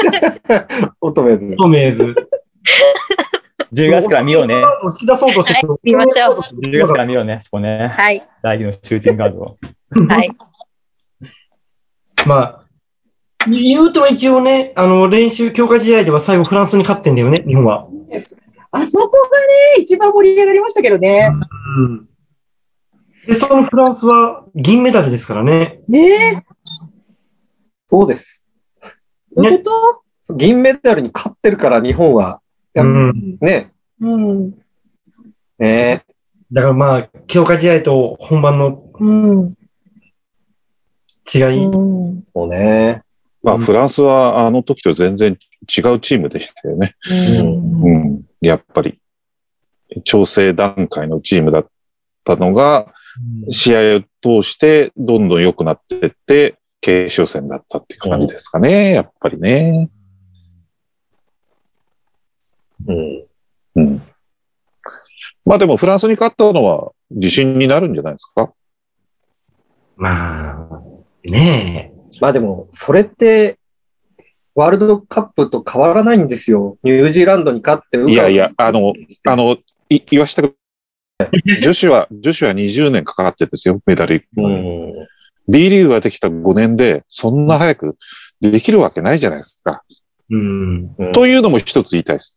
10月から見ようね。 引き出そうとして、 見ましょう。 10月から見ようね、そこね。 はい。 大輝のシューティングガードを。 はい。 まあ、言うても一応ね、練習強化試合では最後フランスに勝ってんだよね、日本は。 あそこがね、一番盛り上がりましたけどね。 で、そのフランスは銀メダルですからね。 ねえ。 そうです。 ね、 銀メダルに勝ってるから日本は、ね。 だからまあ、強化試合と本番の違い。 そうね。 まあ、フランスはあの時と全然違うチームでしたよね。やっぱり、調整段階のチームだったのが、試合を通してどんどん良くなっていって、決勝戦だったって感じですかね、やっぱりね。まあでもフランスに勝ったのは自信になるんじゃないですか？ まあ、ねえ。 まあでも、それって、ワールドカップと変わらないんですよ。ニュージーランドに勝って。 いやいや、言わしたく女子は20年かかってるんですよ、メダル。B リーグができた5年で、そんな早くできるわけないじゃないですか。というのも一つ言いたいです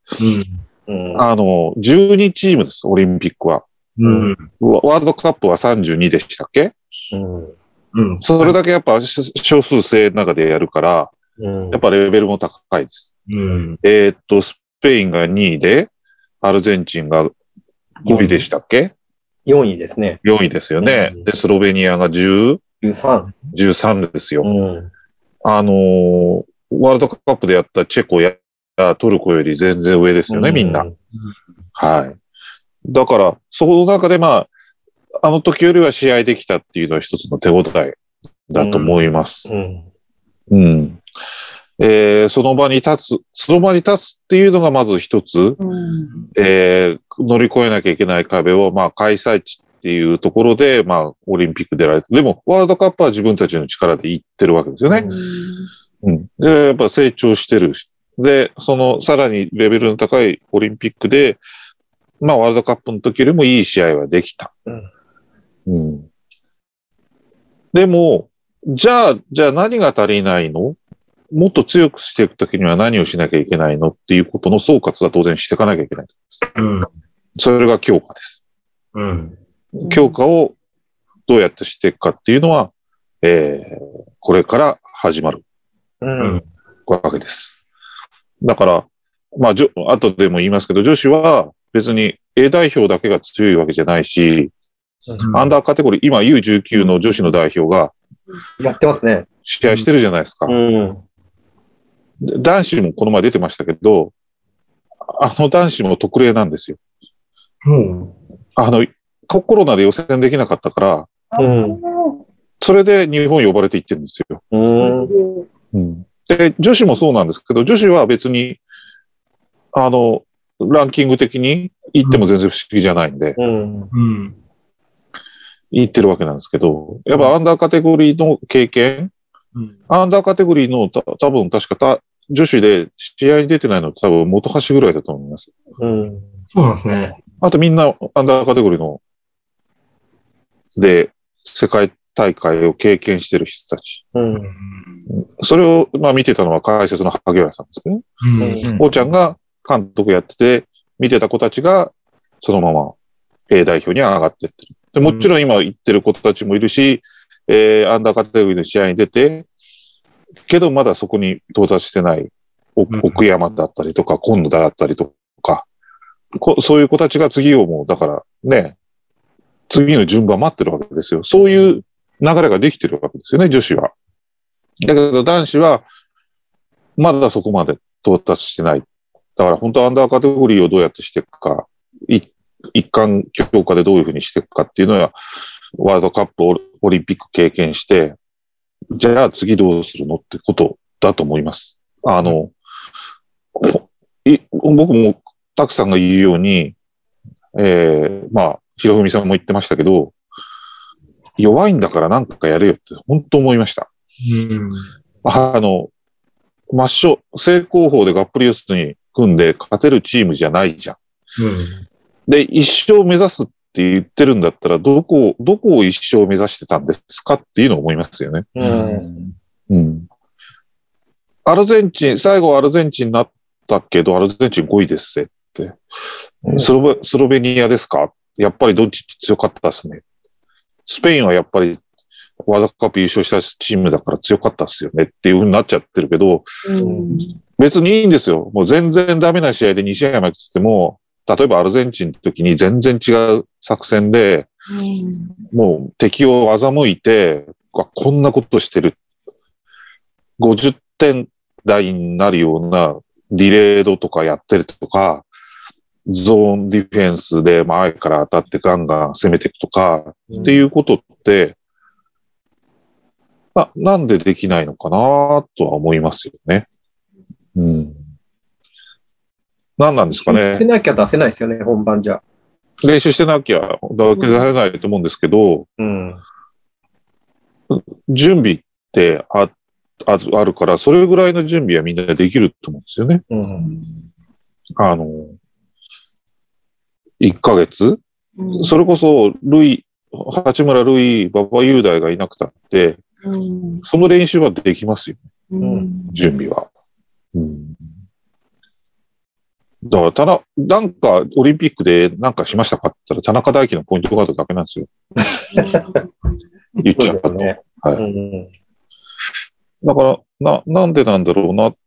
。12チームです、オリンピックは。ワールドカップは32でしたっけ？それだけやっぱ少数制の中でやるから、やっぱレベルも高いです。スペインが2位で、アルゼンチンが5位でしたっけ？ 4 位ですね。 4位ですよね。で、スロベニアが13ですよ。ワールドカップでやったチェコやトルコより全然上ですよね、みんな。はい。だから、その中でまあ、あの時よりは試合できたっていうのは一つの手応えだと思います。その場に立つっていうのがまず一つ、乗り越えなきゃいけない壁を、まあ、開催地っていうところで、まあ、オリンピック出られて、でも、ワールドカップは自分たちの力で行ってるわけですよね。で、やっぱ成長してるし。で、さらにレベルの高いオリンピックで、まあ、ワールドカップの時よりもいい試合はできた。でも、じゃあ何が足りないの？もっと強くしていくときには何をしなきゃいけないのっていうことの総括は当然していかなきゃいけない。それが強化です。強化をどうやってしていくかっていうのは、これから始まるわけです。だから、まあ、後でも言いますけど、女子は別に A 代表だけが強いわけじゃないし、アンダーカテゴリー、今 U19 の女子の代表が、 やってますね。 試合してるじゃないですか。男子もこの前出てましたけど、男子も特例なんですよ。コロナで予選できなかったから、 それで日本呼ばれていってるんですよ。うん、で、女子もそうなんですけど、女子は別に、ランキング的に行っても全然不思議じゃないんで、行ってるわけなんですけど、やっぱアンダーカテゴリーの経験、アンダーカテゴリーの多分確か女子で試合に出てないのって多分元橋ぐらいだと思います。 そうなんですね。 あとみんなアンダーカテゴリーので世界大会を経験してる人たち。それを見てたのは解説の萩原さんですけどね。おーちゃんが監督やってて、見てた子たちがそのまま A 代表に上がってってる。でもちろん今行ってる子たちもいるし、アンダーカテゴリーの試合に出て、けどまだそこに到達してない奥山だったりとか、今野だったりとか、そういう子たちが次をもう、だからね、次の順番待ってるわけですよ。そういう流れができてるわけですよね、女子は。だけど男子は、まだそこまで到達してない。だから本当アンダーカテゴリーをどうやってしていくか、一貫強化でどういうふうにしていくかっていうのは、ワールドカップ、オリンピック経験して、じゃあ次どうするのってことだと思います。僕もたくさんが言うように、ひろふみさんも言ってましたけど、弱いんだからなんかやれよって本当思いました。正攻法でがっぷり四つに組んで勝てるチームじゃないじゃん。で、一生目指すって言ってるんだったら、どこを一生目指してたんですかっていうのを思いますよね。アルゼンチン、最後アルゼンチンになったけど、アルゼンチン5位ですって。スロベニアですか？やっぱりドンチッチ強かったですね。スペインはやっぱりワールドカップ優勝したチームだから強かったですよねっていう風になっちゃってるけど、別にいいんですよ。もう全然ダメな試合で2試合負けてても、例えばアルゼンチンの時に全然違う作戦で、もう敵を欺いて、こんなことしてる。50点台になるようなディレードとかやってるとか、ゾーンディフェンスで前から当たってガンガン攻めていくとか、っていうことって、なんでできないのかなとは思いますよね。何なんですかね。 してなきゃ出せないですよね、本番じゃ。 練習してなきゃ出せないと思うんですけど、準備ってあるから、それぐらいの準備はみんなできると思うんですよね。1ヶ月、それこそ、八村塁、馬場雄大がいなくたって、その練習はできますよ。準備は。だからなんかオリンピックでなんかしましたかって言ったら田中大輝のポイントガードだけなんですよ。言っちゃったと。ね、だからなんでなんだろうなって。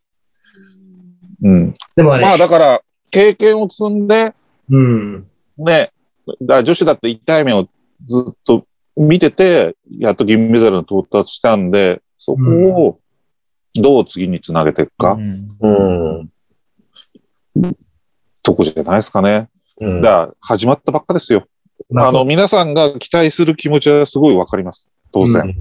でもだから経験を積んで、ね、女子だって1対目をずっと見てて、やっと銀メダルに到達したんで、そこをどう次につなげていくか。とこじゃないですかね。だから始まったばっかですよ。皆さんが期待する気持ちはすごいわかります。当然。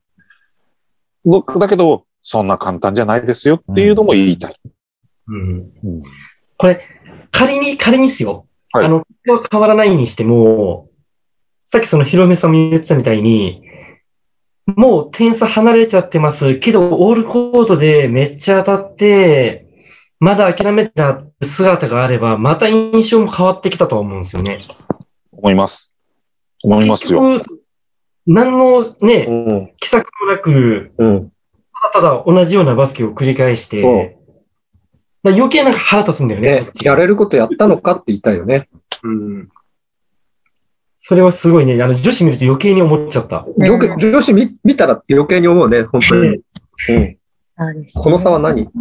だけど、そんな簡単じゃないですよっていうのも言いたい。 これ、仮にですよ。変わらないにしても、さっきそのヒロメさんも言ってたみたいに、もう点差離れちゃってますけど、オールコートでめっちゃ当たって、まだ諦めた姿があれば、また印象も変わってきたと思うんですよね。 思いますよ。 何のね、奇策もなく、ただ同じようなバスケを繰り返して、余計なんか腹立つんだよね。 やれることやったのかって言いたいよね。 それはすごいね、女子見ると余計に思っちゃった。 女子見たら余計に思うね、本当に。この差は何って。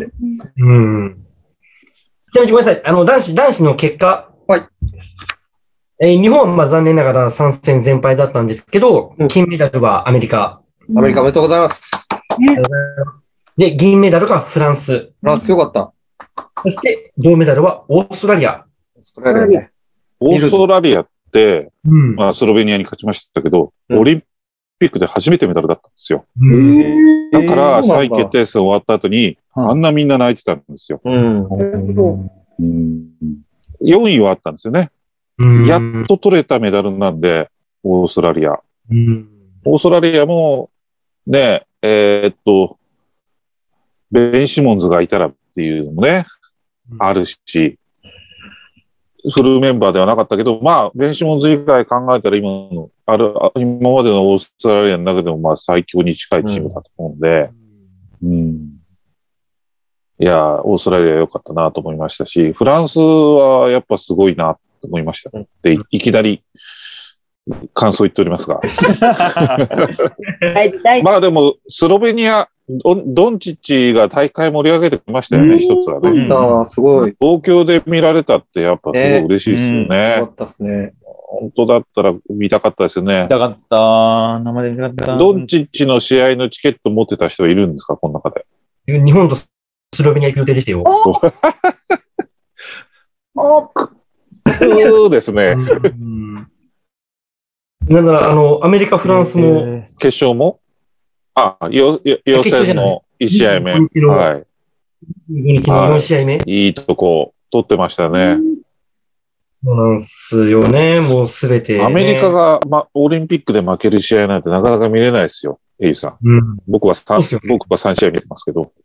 ちなみにごめんなさい。男子の結果。日本は残念ながら3戦全敗だったんですけど、金メダルはアメリカ。 アメリカおめでとうございます。 で、銀メダルがフランス。 フランスよかった。 そして、銅メダルはオーストラリア。 オーストラリアって、スロベニアに勝ちましたけど、オリンピックで初めてメダルだったんですよ。だから、3位決定戦終わった後に、あんなみんな泣いてたんですよ。4位はあったんですよね。やっと取れたメダルなんで、オーストラリア。オーストラリアも、ね、ベン・シモンズがいたらっていうのもね、あるし、フルメンバーではなかったけど、まあ、ベン・シモンズ以外考えたら今までのオーストラリアの中でもまあ最強に近いチームだと思うんで、いや、オーストラリア良かったなと思いましたし、フランスはやっぱすごいなと思いました。で、いきなり感想言っておりますが。まあでも、スロベニア、ドンチッチが大会盛り上げてきましたよね、一つはね。 すごい。 東京で見られたってやっぱすごい嬉しいですよね。 よかったですね。 本当だったら見たかったですよね。 見たかった。生で見たかった。 ドンチッチの試合のチケット持ってた人いるんですか、この中で。 日本とスロベニア行く予定でしたよ。 そうですね。 なんなら、アメリカ、フランスも。 決勝も予選の1試合目。はい。 5日の4試合目。 いいとこ、取ってましたね。 そうなんすよね、もうすべて、ね。 アメリカが、オリンピックで負ける試合なんてなかなか見れないですよ、エイさん。僕は3試合見てますけど。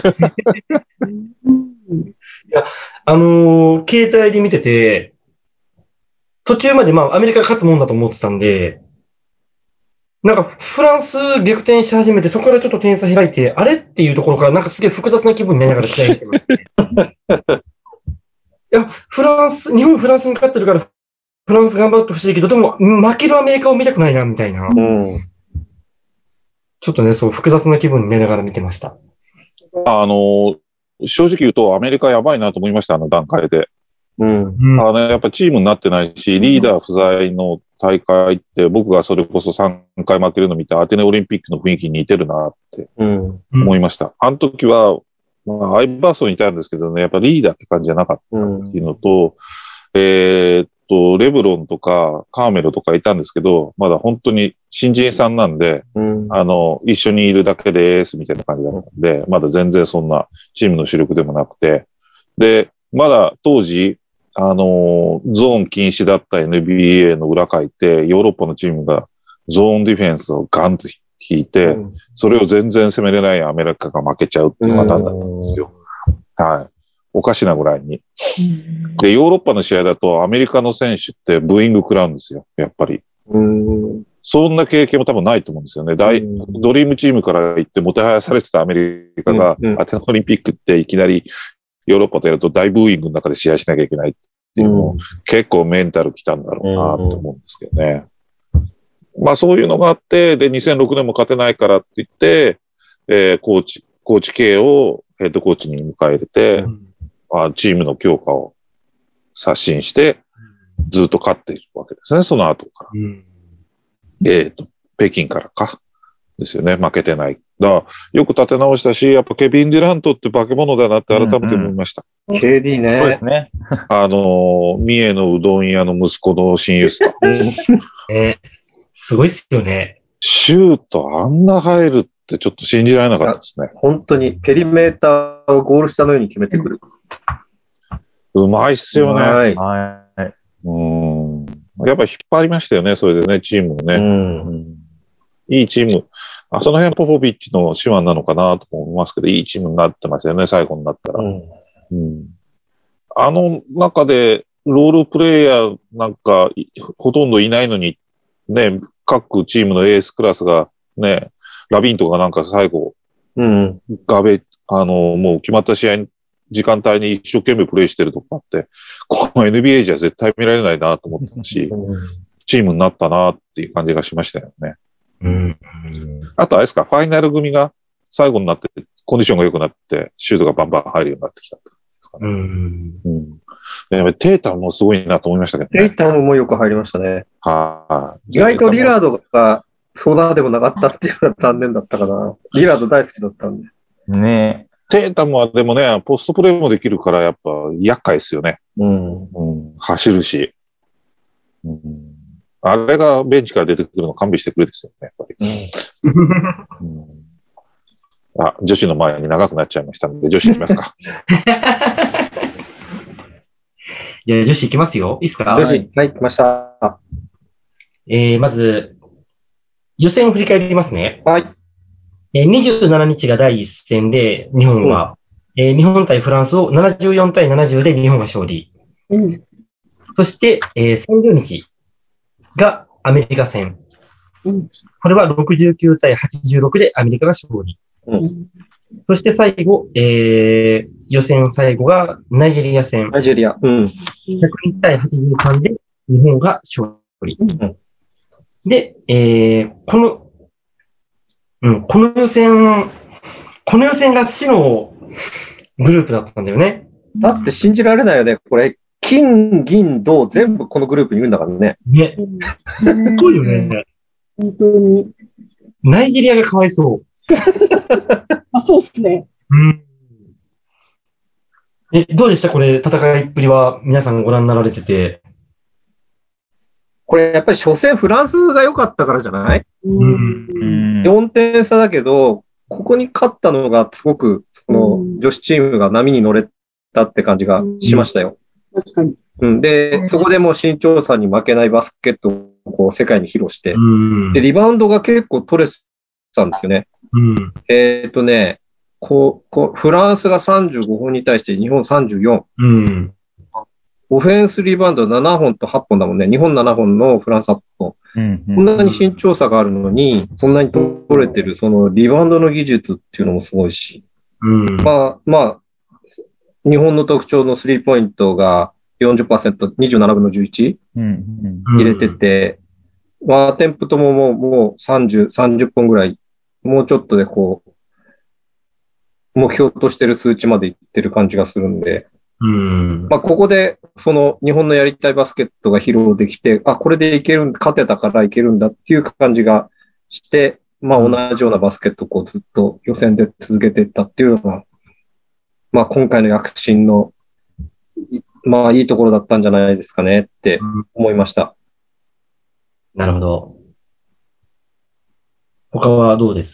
いや、携帯で見てて、途中までアメリカが勝つもんだと思ってたんで、なんかフランス逆転し始めて、そこからちょっと点差開いて、あれっていうところからなんかすげえ複雑な気分になりながら試合見てます、ね。いや、日本フランスに勝ってるから、フランス頑張ってほしいけど、でも負けるアメリカを見たくないな、みたいな。ちょっとね、そう、複雑な気分になりながら見てました。 正直言うとアメリカやばいなと思いました、段階で。やっぱチームになってないし、リーダー不在の大会って、僕がそれこそ3回負けるの見て、アテネオリンピックの雰囲気に似てるなって思いました。あの時は、アイバーソンにいたんですけどね、やっぱリーダーって感じじゃなかったっていうのと、レブロンとかカーメルとかいたんですけど、まだ本当に新人さんなんで、一緒にいるだけですみたいな感じだったんで、まだ全然そんなチームの主力でもなくて、で、まだ当時、ゾーン禁止だった NBA の裏書いて、ヨーロッパのチームがゾーンディフェンスをガンと引いて、それを全然攻めれないアメリカが負けちゃうっていうパターンだったんですよ。はい。おかしなぐらいに。で、ヨーロッパの試合だとアメリカの選手ってブーイング食らうんですよ、やっぱり。そんな経験も多分ないと思うんですよね。ドリームチームから行ってもてはやされてたアメリカが、アテネオリンピックっていきなりヨーロッパとやると大ブーイングの中で試合しなきゃいけないっていうのも、結構メンタルきたんだろうなと思うんですけどね。まあそういうのがあって、で、2006年も勝てないからって言って、コーチ系をヘッドコーチに迎え入れて、チームの強化を刷新して、ずっと勝っているわけですね、その後から。北京からか。ですよね、負けてない。だからよく立て直したし、やっぱケビン・デュラントって化け物だなって改めて思いました。 KD ね。 そうですね。 三重のうどん屋の息子の親友さん。 すごいっすよね。 シュートあんな入るってちょっと信じられなかったですね。 本当にペリメーターをゴール下のように決めてくる。 うまいっすよね。 はい。 やっぱ引っ張りましたよね、それでね、チームをね。いいチーム。その辺ポポビッチの手腕なのかなと思いますけど、いいチームになってましたよね、最後になったら。あの中で、ロールプレイヤーなんか、ほとんどいないのに、ね、各チームのエースクラスが、ね、ラビンとかなんか最後、もう決まった試合、時間帯に一生懸命プレイしてるとかあって、この NBA じゃ絶対見られないなと思ってたし、チームになったなっていう感じがしましたよね。あとあれですか、ファイナル組が最後になって、コンディションが良くなって、シュートがバンバン入るようになってきたんですかね。テータもすごいなと思いましたけどね。テータもよく入りましたね。意外とリラードがそうなでもなかったっていうのは残念だったかな。リラード大好きだったんで。 ねテータもでもね、ポストプレーもできるからやっぱ厄介ですよね。走るし。 あれがベンチから出てくるの勘弁してくれですよね、やっぱり。あ、女子の前に長くなっちゃいましたので、女子行きますか。 じゃあ女子行きますよ。いいですか？ 女子、はい、来ました。 まず、予選を振り返りますね。 はい。 27日が第1戦で、日本は、日本対フランスを74対70で日本が勝利。そして、30日がアメリカ戦。これは69対86でアメリカが勝利。そして最後、予選最後がナイジェリア戦。 ナイジェリア。 102対83で日本が勝利。で、この予選が死のグループだったんだよね。 だって信じられないよね。これ、金、銀、銅、全部このグループにいるんだからね。 ね。すごいよね。 本当に。 ナイジェリアがかわいそう。 あ、そうっすね。 どうでしたこれ、戦いっぷりは皆さんご覧になられてて。 これやっぱり初戦フランスが良かったからじゃない？ 4 点差だけど、ここに勝ったのがすごく、その女子チームが波に乗れたって感じがしましたよ。 確かに。 で、そこでもう身長差に負けないバスケットをこう世界に披露して、で、リバウンドが結構取れたんですよね。フランスが35本に対して日本34。オフェンスリバウンド7本と8本だもんね。日本7本のフランス8本。こんなに身長差があるのに、こんなに取れてる、そのリバウンドの技術っていうのもすごいし。まあ、日本の特徴のスリーポイントが 40%、27分の11、入れてて、まあ、テンプトももう30本ぐらい、もうちょっとでこう、目標としてる数値までいってる感じがするんで、まあ、ここで、その日本のやりたいバスケットが披露できて、あ、これでいける、勝てたからいけるんだっていう感じがして、まあ、同じようなバスケットをこうずっと予選で続けていったっていうのが、まあ、今回の躍進の、まあ、いいところだったんじゃないですかねって思いました。 なるほど。他はどうです？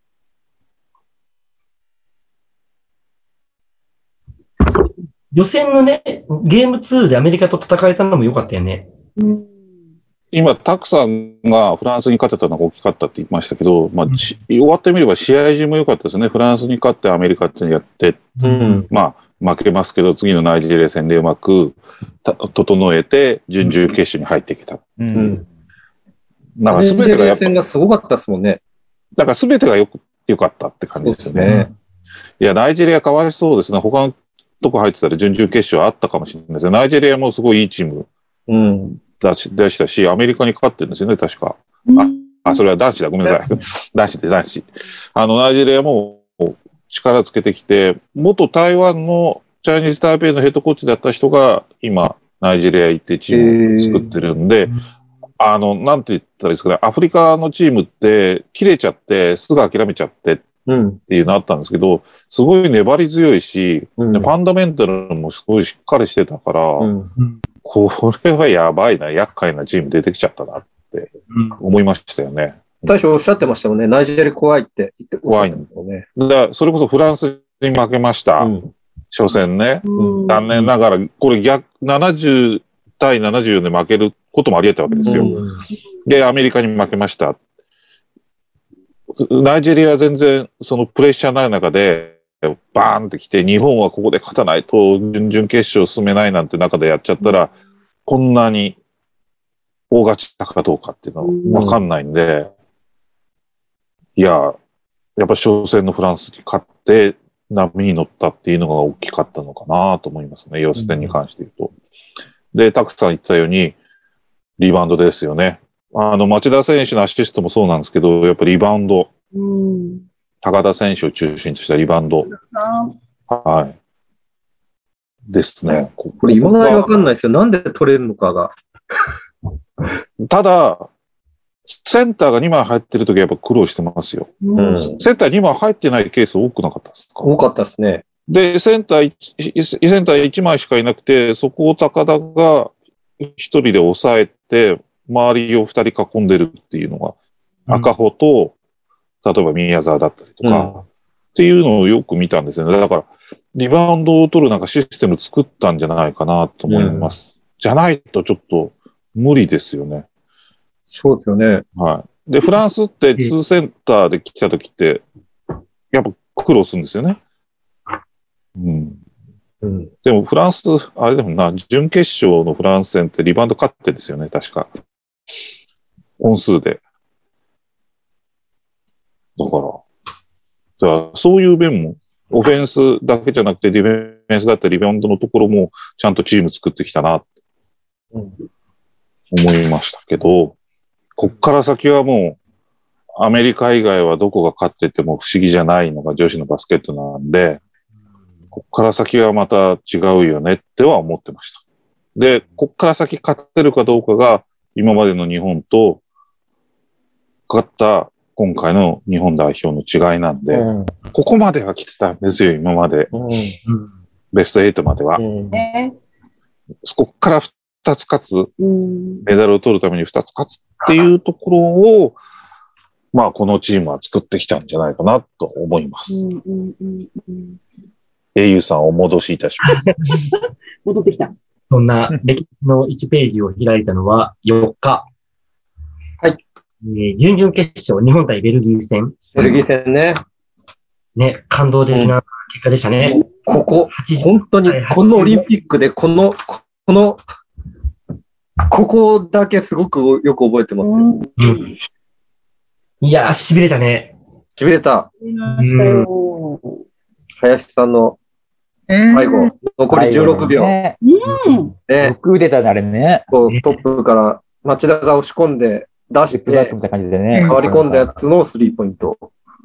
予選のね、ゲーム2でアメリカと戦えたのも良かったよね。 今、タクさんがフランスに勝てたのが大きかったって言いましたけど、まあ、終わってみれば試合中も良かったですね。フランスに勝ってアメリカってやって、まあ、負けますけど、次のナイジェリア戦でうまく整えて、準々決勝に入っていけた。なんか全てがやっぱ。 ナイジェリア戦がすごかったですもんね。 だから全てが良かったって感じですよね。いや、ナイジェリアかわいそうですね。他のとこ入ってたら準々決勝あったかもしれないですね。ナイジェリアもすごいいいチームでしたし、アメリカに勝ってるんですよね、確か。それは男子だ。ごめんなさい。男子。ナイジェリアも力つけてきて、元台湾のチャイニーズ・タイペイのヘッドコーチだった人が今、ナイジェリア行ってチームを作ってるんで、なんて言ったらいいですかね、アフリカのチームって切れちゃって、すぐ諦めちゃってっていうのあったんですけど、すごい粘り強いし、ファンダメンタルもすごいしっかりしてたから、これはやばいな、厄介なチーム出てきちゃったなって思いましたよね。 大将おっしゃってましたもんね。ナイジェリア怖いって言って怖いんですよね。それこそフランスに負けました。初戦ね。残念ながら、これ70対74で負けることもあり得たわけですよ。で、アメリカに負けました。ナイジェリアは全然そのプレッシャーない中でバーンってきて、日本はここで勝たないと準々決勝進めないなんて中でやっちゃったら、こんなに大勝ちしたかどうかっていうのはわかんないんで、いや、やっぱ初戦のフランスに勝って波に乗ったっていうのが大きかったのかなと思いますね。予選に関して言うと。で、たくさん言ったように、リバウンドですよね。町田選手のアシストもそうなんですけど、やっぱりリバウンド。高田選手を中心としたリバウンド。はい。ですね。 これ今までわかんないですよ。なんで取れるのかが。 ただ、センターが2枚入ってるときはやっぱ苦労してますよ。センター2枚入ってないケース多くなかったですか？ 多かったですね。 で、センター1枚しかいなくて、そこを高田が一人で抑えて、 周りを2人囲んでるっていうのが、赤穂と、例えば宮沢だったりとか、っていうのをよく見たんですよね。だから、リバウンドを取るなんかシステム作ったんじゃないかなと思います。じゃないとちょっと無理ですよね。 そうですよね。 はい。で、フランスって2センターで来た時って、やっぱ苦労するんですよね。でもフランス、あれでもな、準決勝のフランス戦ってリバウンド勝ってんですよね、確か。本数で。だからそういう面も、オフェンスだけじゃなくてディフェンスだったりリバウンドのところもちゃんとチーム作ってきたなって思いましたけど、こっから先はもうアメリカ以外はどこが勝ってても不思議じゃないのが女子のバスケットなんで、こっから先はまた違うよねっては思ってました。で、こっから先勝てるかどうかが今までの日本と勝った今回の日本代表の違いなんで、ここまでは来てたんですよ、今まで。ベスト8までは。ここから2つ勝つ、メダルを取るために2つ勝つっていうところを、まあ、このチームは作ってきたんじゃないかなと思います。英雄さんをお戻しいたします。 戻ってきた。 そんな歴史の1ページを開いたのは4日。 はい。 準々決勝、日本対ベルギー戦。 ベルギー戦ね。 ね、感動的な結果でしたね。 ここ、本当に、このオリンピックで、ここだけすごくよく覚えてますよ。 いやー、痺れたね。 痺れた。林さんの最後、残り16秒。 よく打てたね、あれね。 トップから町田が押し込んで、出して、変わり込んだやつのスリーポイント。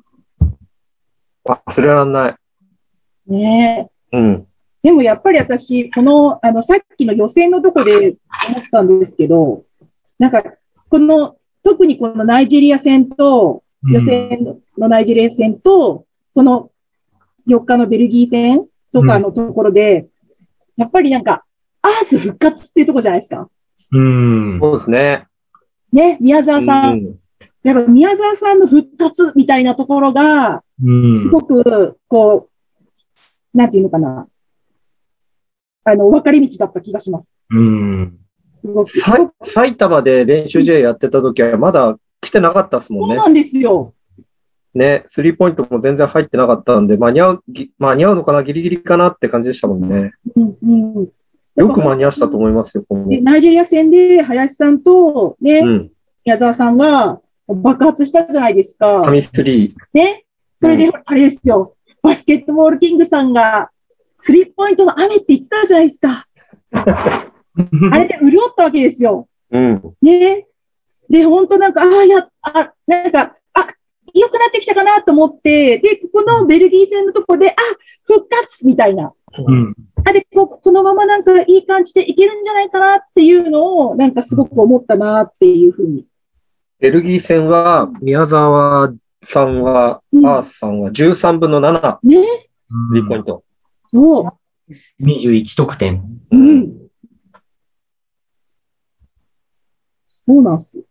忘れらんない。 ねえ。でもやっぱり私、この、さっきの予選のとこで思ってたんですけど、なんか、特にこのナイジェリア戦と、予選のナイジェリア戦と、この4日のベルギー戦とかのところで、やっぱりなんか、アース復活っていうところじゃないですか。 そうですね。 ね、宮沢さん。やっぱ宮沢さんの復活みたいなところが、すごく、こう、なんていうのかな。分かれ道だった気がします。すごく埼玉で練習試合やってた時はまだ来てなかったですもんね。 そうなんですよ。 ね、スリーポイントも全然入ってなかったんで、間に合うのかな、ギリギリかなって感じでしたもんね。よく間に合わせたと思いますよ、 ナイジェリア戦で林さんとね、宮沢さんが爆発したじゃないですか。 神スリー。 ね。それで、あれですよ。バスケットボールキングさんが、スリーポイントの雨って言ってたじゃないですか。あれで潤ったわけですよ。ね。で、本当なんか、なんか、良くなってきたかなと思って、で、このベルギー戦のとこで、復活みたいな。で、このままなんかいい感じでいけるんじゃないかなっていうのを、なんかすごく思ったなっていうふうに。 ベルギー戦は、宮沢さんは、アースさんは13分の7。 ね。 スリーポイント。 そう。 21得点。 そうなんす。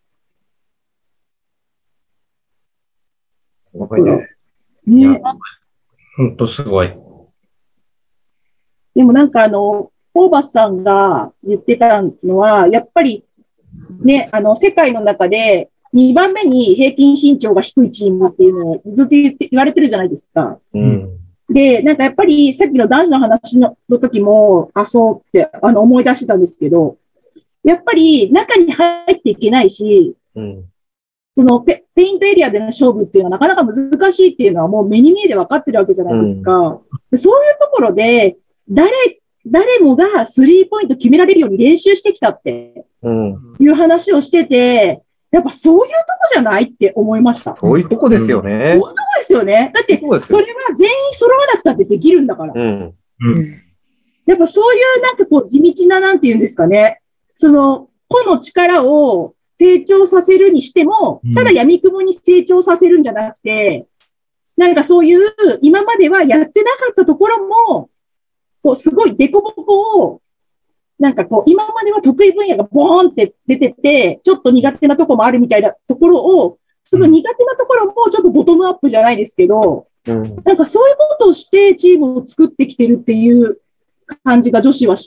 すごいね。 ほんとすごい。 でもなんかホーバスさんが言ってたのは、やっぱりね、世界の中で2番目に平均身長が低いチームっていうのをずっと言われてるじゃないですか。で、なんかやっぱりさっきの男子の話の時も、そうって思い出してたんですけど、やっぱり中に入っていけないし、そのペイントエリアでの勝負っていうのはなかなか難しいっていうのはもう目に見えて分かってるわけじゃないですか。そういうところで、誰もがスリーポイント決められるように練習してきたっていう話をしてて、やっぱそういうとこじゃないって思いました。 そういうとこですよね。 そういうとこですよね。だって、それは全員揃わなくたってできるんだから。やっぱそういうなんかこう地道ななんて言うんですかね。その個の力を成長させるにしても、ただ闇雲に成長させるんじゃなくて、なんかそういう今まではやってなかったところも、こうすごいデコボコをなんかこう、今までは得意分野がボーンって出てて、ちょっと苦手なとこもあるみたいなところを、その苦手なところもちょっとボトムアップじゃないですけど、なんかそういうことをしてチームを作ってきてるっていう感じが女子はして、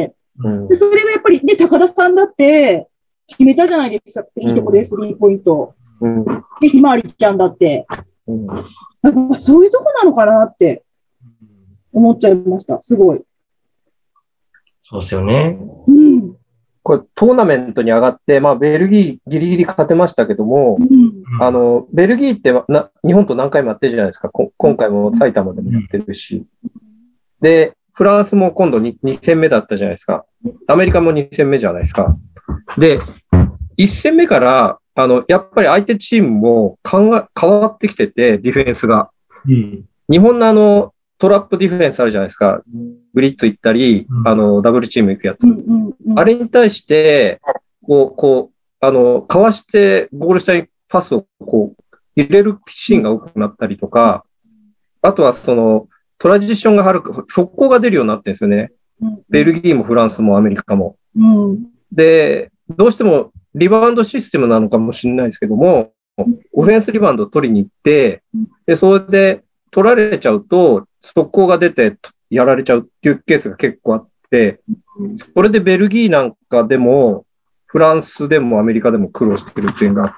でそれがやっぱり、ね、高田さんだって決めたじゃないですか、いいとこでスリーポイント。で、ひまわりちゃんだって。やっぱそういうとこなのかなって思っちゃいました。すごい。 そうですよね。 これトーナメントに上がって、まあ、ベルギーギリギリ勝てましたけども、ベルギーって日本と何回もやってるじゃないですか。今回も埼玉でもやってるし。で、フランスも今度2戦目だったじゃないですか。アメリカも2戦目じゃないですか。で、1戦目から、やっぱり相手チームも変わってきてて、ディフェンスが。日本のトラップディフェンスあるじゃないですか。ブリッツ行ったり、ダブルチーム行くやつ。あれに対して、かわしてゴール下にパスを入れるシーンが多くなったりとか、あとはトランジションが速攻が出るようになってるんですよね。ベルギーもフランスもアメリカも。で、どうしてもリバウンドシステムなのかもしれないですけども、オフェンスリバウンドを取りに行って、で、それで取られちゃうと、速攻が出てやられちゃうっていうケースが結構あって、それでベルギーなんかでも、フランスでもアメリカでも苦労してるっていうのがあって、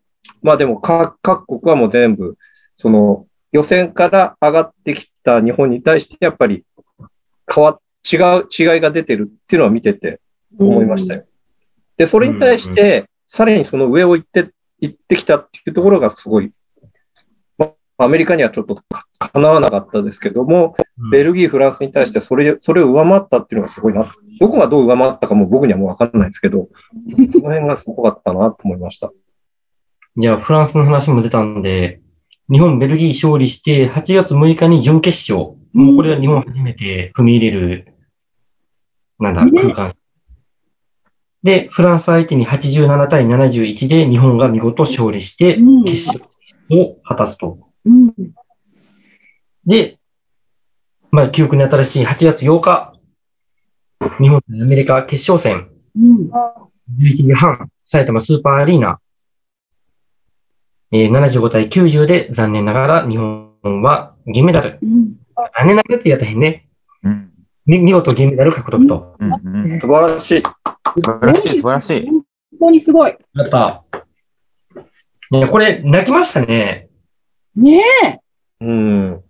まあでも各国はもう全部、予選から上がってきた日本に対してやっぱり違いが出てるっていうのは見てて思いましたよ。で、それに対して、さらにその上を行ってきたっていうところがすごい、アメリカにはちょっとかなわなかったですけども、ベルギー、フランスに対してそれを上回ったっていうのがすごいな。どこがどう上回ったかも僕にはもうわかんないですけど、その辺がすごかったなと思いました。 じゃあ、フランスの話も出たんで、日本、ベルギー勝利して、8月6日に準決勝。もうこれは日本初めて踏み入れる、空間。で、フランス相手に87対71で日本が見事勝利して、決勝を果たすと。で、まあ、記憶に新しい8月8日、日本とアメリカ決勝戦。11時半、埼玉スーパーアリーナ。75対90で残念ながら日本は銀メダル。残念ながらってやったへんね。見事銀メダル獲得と。 素晴らしい。 素晴らしい。 本当にすごい。 やった。いや、これ、泣きましたね。 ねえ。 本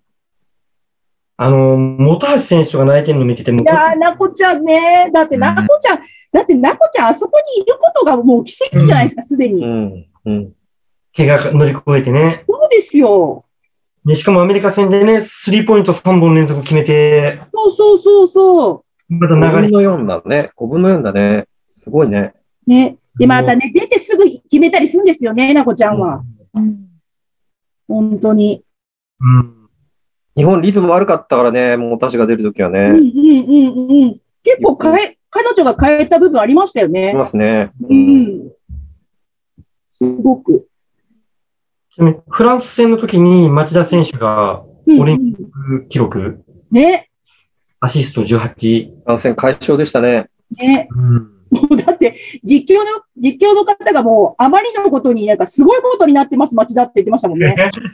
橋選手が泣いてるの見てても。 いやー、なこちゃんね。だってなこちゃん、あそこにいることがもう奇跡じゃないですか、すでに。 怪我乗り越えてね。 そうですよ。 で、しかもアメリカ戦でね、スリーポイント3本連続決めて。 そう。 また流れ。 5分の4だね。5分の4だね。すごいね。 ね。で、またね、出てすぐ決めたりするんですよね、なこちゃんは。本当に。 日本リズム悪かったからね、もう私が出るときはね。 結構彼女が変えた部分ありましたよね。 ありますね。 すごく。 フランス戦の時に町田選手がオリンピック記録。 ね。 アシスト18。 フランス戦快勝でしたね。 ね。もうだって、実況の方がもう、あまりのことになんかすごいことになってます、町田って言ってましたもんね。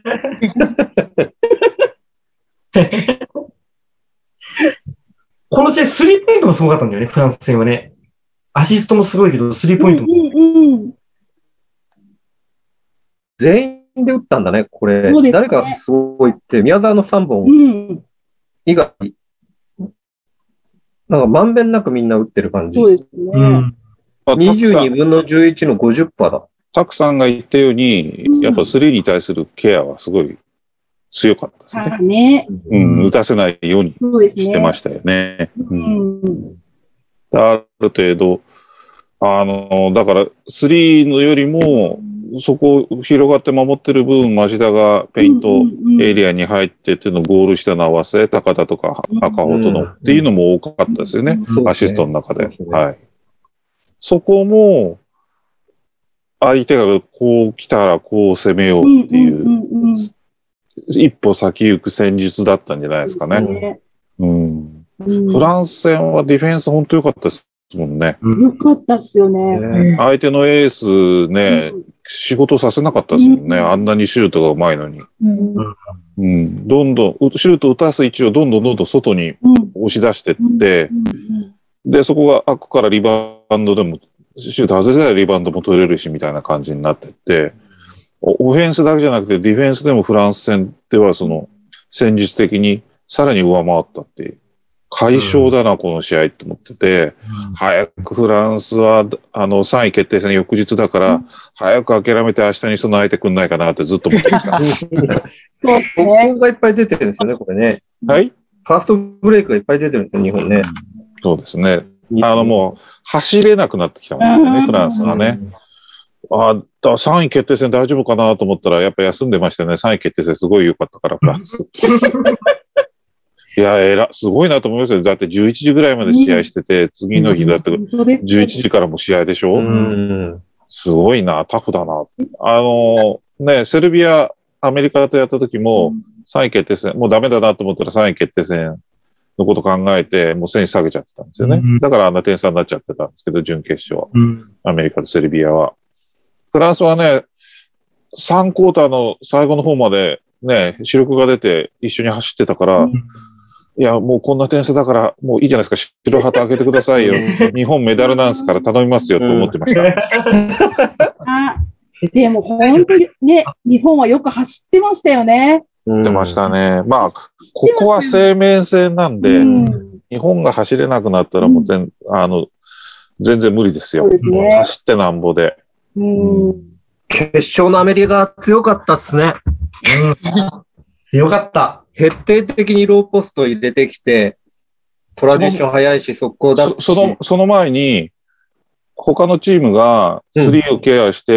この試合、スリーポイントもすごかったんだよね、フランス戦はね。アシストもすごいけど、スリーポイントも。 全員で打ったんだね、これ。ね、誰かすごいって、宮沢の3本以外、なんかまんべんなくみんな打ってる感じ。 そうですね。 22分の11の 50% だ。 たくさんが言ったように、やっぱ3に対するケアはすごごい強かったですね。打たせないようにしてましたよね。ある程度、だから3のよりも、そこを広がって守ってる分、町田がペイントエリアに入ってっていうのをゴール下の合わせ、高田とか赤穂とのっていうのも多かったですよね。アシストの中で。はい。そこも、相手がこう来たらこう攻めようっていう、一歩先行く戦術だったんじゃないですかね。フランス戦はディフェンス本当良かったですもんね。 よかったっすよね。 相手のエースね、仕事させなかったですもんね。あんなにシュートがうまいのに。どんどん、シュート打たす位置をどんどん外に押し出してって、で、そこが開くからリバウンドでも、シュート外せないリバウンドも取れるし、みたいな感じになってって、オフェンスだけじゃなくてディフェンスでもフランス戦では戦術的にさらに上回ったっていう。快勝だな、この試合って思ってて、早くフランスは、3位決定戦翌日だから、早く諦めて明日に備えてくんないかなってずっと思ってました。 速攻がいっぱい出てるんですよね、これね。 はい。 ファーストブレイクがいっぱい出てるんですよ、日本ね。 そうですね。もう、走れなくなってきたんですよね、フランスがね。3位決定戦大丈夫かなと思ったら、やっぱ休んでましたね。3位決定戦すごい良かったから、フランス。いや、すごいなと思いますよ。だって11時ぐらいまで試合してて、次の日だって11時からも試合でしょ？すごいな、タフだな。セルビア、アメリカとやった時も、3位決定戦、もうダメだなと思ったら3位決定戦のこと考えて、もう選手下げちゃってたんですよね。だからあんな点差になっちゃってたんですけど、準決勝は。アメリカとセルビアは。フランスはね、3クォーターの最後の方までね、主力が出て一緒に走ってたから、いや、もうこんな点差だから、もういいじゃないですか、白旗開けてくださいよ。日本メダルなんですから頼みますよと思ってました。 でも本当にね、日本はよく走ってましたよね。 出ましたね。まあ、ここは生命線なんで、日本が走れなくなったらもう全然無理ですよ。そうですね、走ってなんぼで。 決勝のアメリカ強かったっすね。 強かった。 徹底的にローポスト入れてきて、トランジション早いし、速攻だし。 その前に、他のチームがスリーをケアして、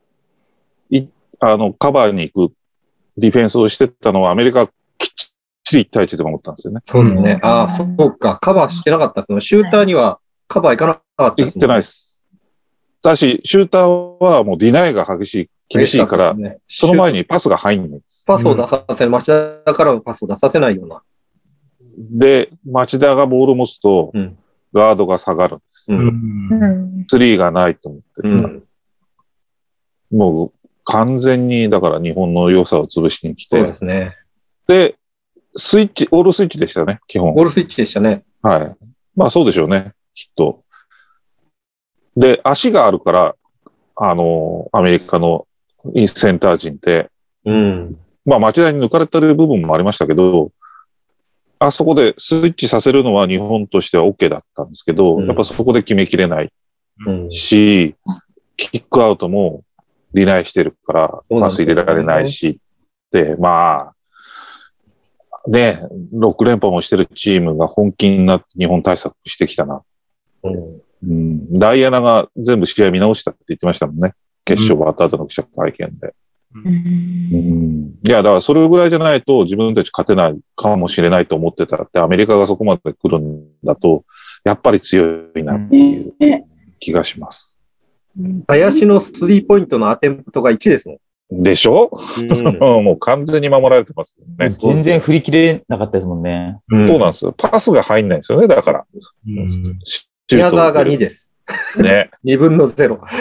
カバーに行くディフェンスをしてたのはアメリカきっちり1対1で守ったんですよね。 そうですね。そうか。カバーしてなかったですね。シューターにはカバー行かなかったですね。 行ってないです。だし、シューターはもうディナイが厳しいから、その前にパスが入んないんです。 パスを出させない。町田からのパスを出させないような。 で、町田がボールを持つと、ガードが下がるんです。スリーがないと思ってる。もう完全に、だから日本の良さを潰しに来て。 そうですね。 で、オールスイッチでしたね、基本。 オールスイッチでしたね。 はい。まあそうでしょうね、きっと。で、足があるから、アメリカのセンター陣って、まあ町田に抜かれてる部分もありましたけど、あそこでスイッチさせるのは日本としては OK だったんですけど、やっぱそこで決めきれないし、キックアウトもディナイしてるからパス入れられないし、で、まあ、ね、6連覇もしてるチームが本気になって日本対策してきたな。ダイアナが全部試合見直したって言ってましたもんね。決勝終わった後の記者会見で。いや、だからそれぐらいじゃないと自分たち勝てないかもしれないと思ってたって、アメリカがそこまで来るんだと、やっぱり強いなっていう気がします。 林のスリーポイントのアテンプトが1ですもん。 でしょ、もう完全に守られてますよね。 全然振り切れなかったですもんね。 そうなんですよ。パスが入んないんですよね、だから。 宮沢が2です。 ね。 2分の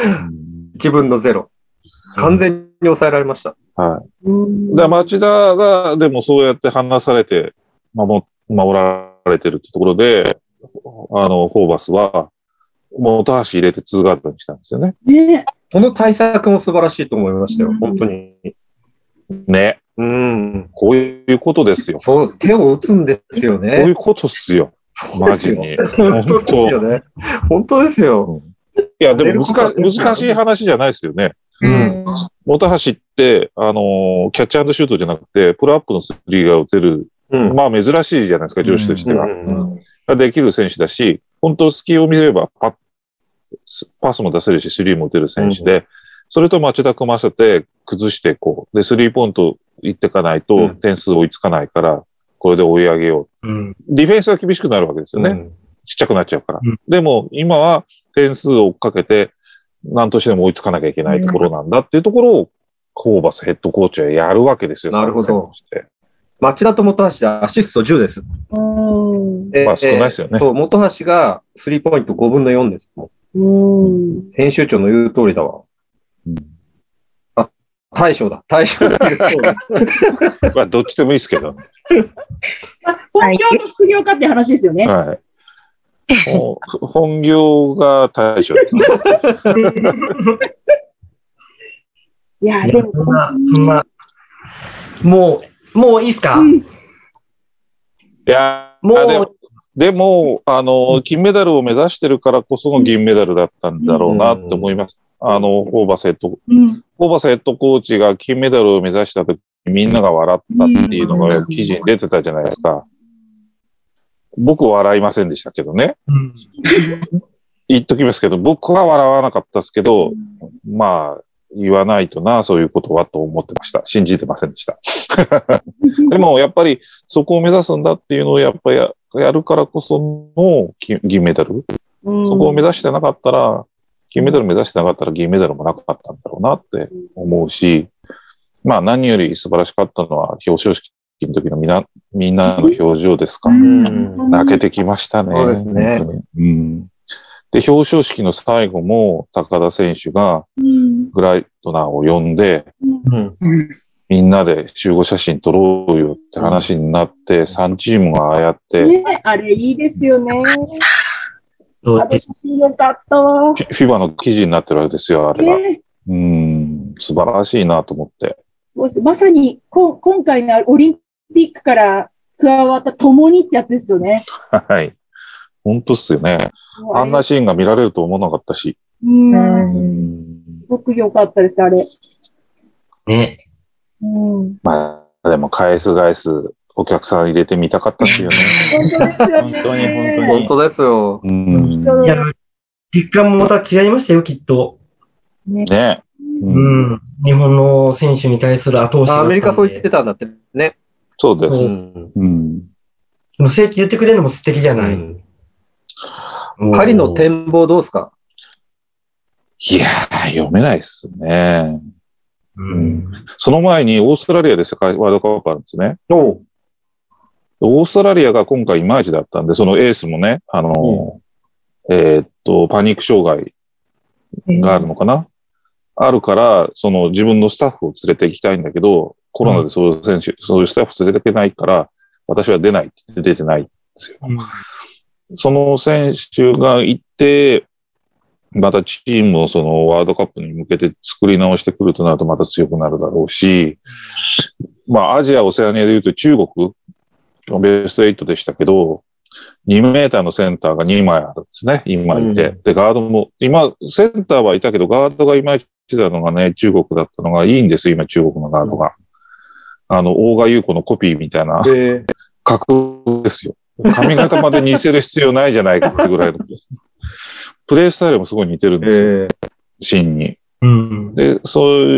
0。1分の0。完全に抑えられました。 はい。で、町田が、でもそうやって離されて、守られてるってところで、ホーバスは、本橋入れて2ガードにしたんですよね。 この対策も素晴らしいと思いましたよ、本当に。 ね。こういうことですよ。 そう、手を打つんですよね。 こういうことっすよ。マジに。 本当ですよね。本当ですよ。 いや、でも難しい話じゃないですよね。本橋って、キャッチ&シュートじゃなくて、プルアップのスリーが打てる。まあ珍しいじゃないですか、女子としては。できる選手だし、本当隙を見ればパスも出せるし、スリーも打てる選手で、それと町田組ませて崩してこう。で、スリーポイント行ってかないと点数追いつかないから、これで追い上げよう。ディフェンスは厳しくなるわけですよね。ちっちゃくなっちゃうから。でも、今は点数を追っかけて、何としても追いつかなきゃいけないところなんだっていうところを、ホーバスヘッドコーチはやるわけですよ。 なるほど。 町田と本橋でアシスト10です。 まあ少ないですよね。 そう、本橋がスリーポイント5分の4です。編集長の言う通りだわ。あ、大将だ。大将だ。 まあどっちでもいいですけど。 本業と副業かって話ですよね。 はい。本業が大将ですね。 いや、でもそんな、もういいっすか？ いや、でも、金メダルを目指してるからこその銀メダルだったんだろうなって思います。ホーバスヘッドコーチが金メダルを目指したとき、みんなが笑ったっていうのが記事に出てたじゃないですか。僕は笑いませんでしたけどね。言っときますけど、僕は笑わなかったですけど、まあ、言わないとな、そういうことはと思ってました。信じてませんでした。でも、やっぱりそこを目指すんだっていうのをやっぱりやるからこその銀メダル。そこを目指してなかったら、金メダル目指してなかったら銀メダルもなかったんだろうなって思うし、まあ何より素晴らしかったのは表彰式の時のみんなの表情ですか。泣けてきましたね。 そうですね。 で、表彰式の最後も高田選手がグライドナーを呼んで、みんなで集合写真撮ろうよって話になって、3チームがああやって。 ね、あれいいですよね。あの写真よかったわ。 FIBA の記事になってるわけですよ、あれが。素晴らしいなと思って。 まさに今回のオリンピックから加わった共にってやつですよね。 はい。本当っすよね。あんなシーンが見られると思わなかったし。 すごく良かったです、あれ。 ね。 まあ、でも返すお客さん入れてみたかったですよね。 本当ですよね。 本当ですよ。 いや、結果もまた違いましたよ、きっと。 ね。 日本の選手に対する後押し。 アメリカそう言ってたんだってね。 そうです。 正規言ってくれるのも素敵じゃない。 パリの展望どうですか？ いやー、読めないですね。その前にオーストラリアで世界ワールドカップあるんですね。オーストラリアが今回いまいちだったんで、そのエースもね、パニック障害があるのかな、あるから、自分のスタッフを連れて行きたいんだけど、コロナでそういうスタッフ連れて行けないから、私は出ないって言って出てないんですよ。その選手が行って、またチームをワールドカップに向けて作り直してくるとなるとまた強くなるだろうし、まあアジア、オセアニアで言うと中国、ベスト8でしたけど、2メーターのセンターが2枚あるんですね、今いて。で、ガードも、今、センターはいたけど、ガードがいまいちだのがね、中国だったのがいいんですよ、今、中国のガードが。大賀優子のコピーみたいな、格ですよ。髪型まで似せる必要ないじゃないかってぐらいの。プレイスタイルもすごい似てるんですよ。芯に。で、そういう、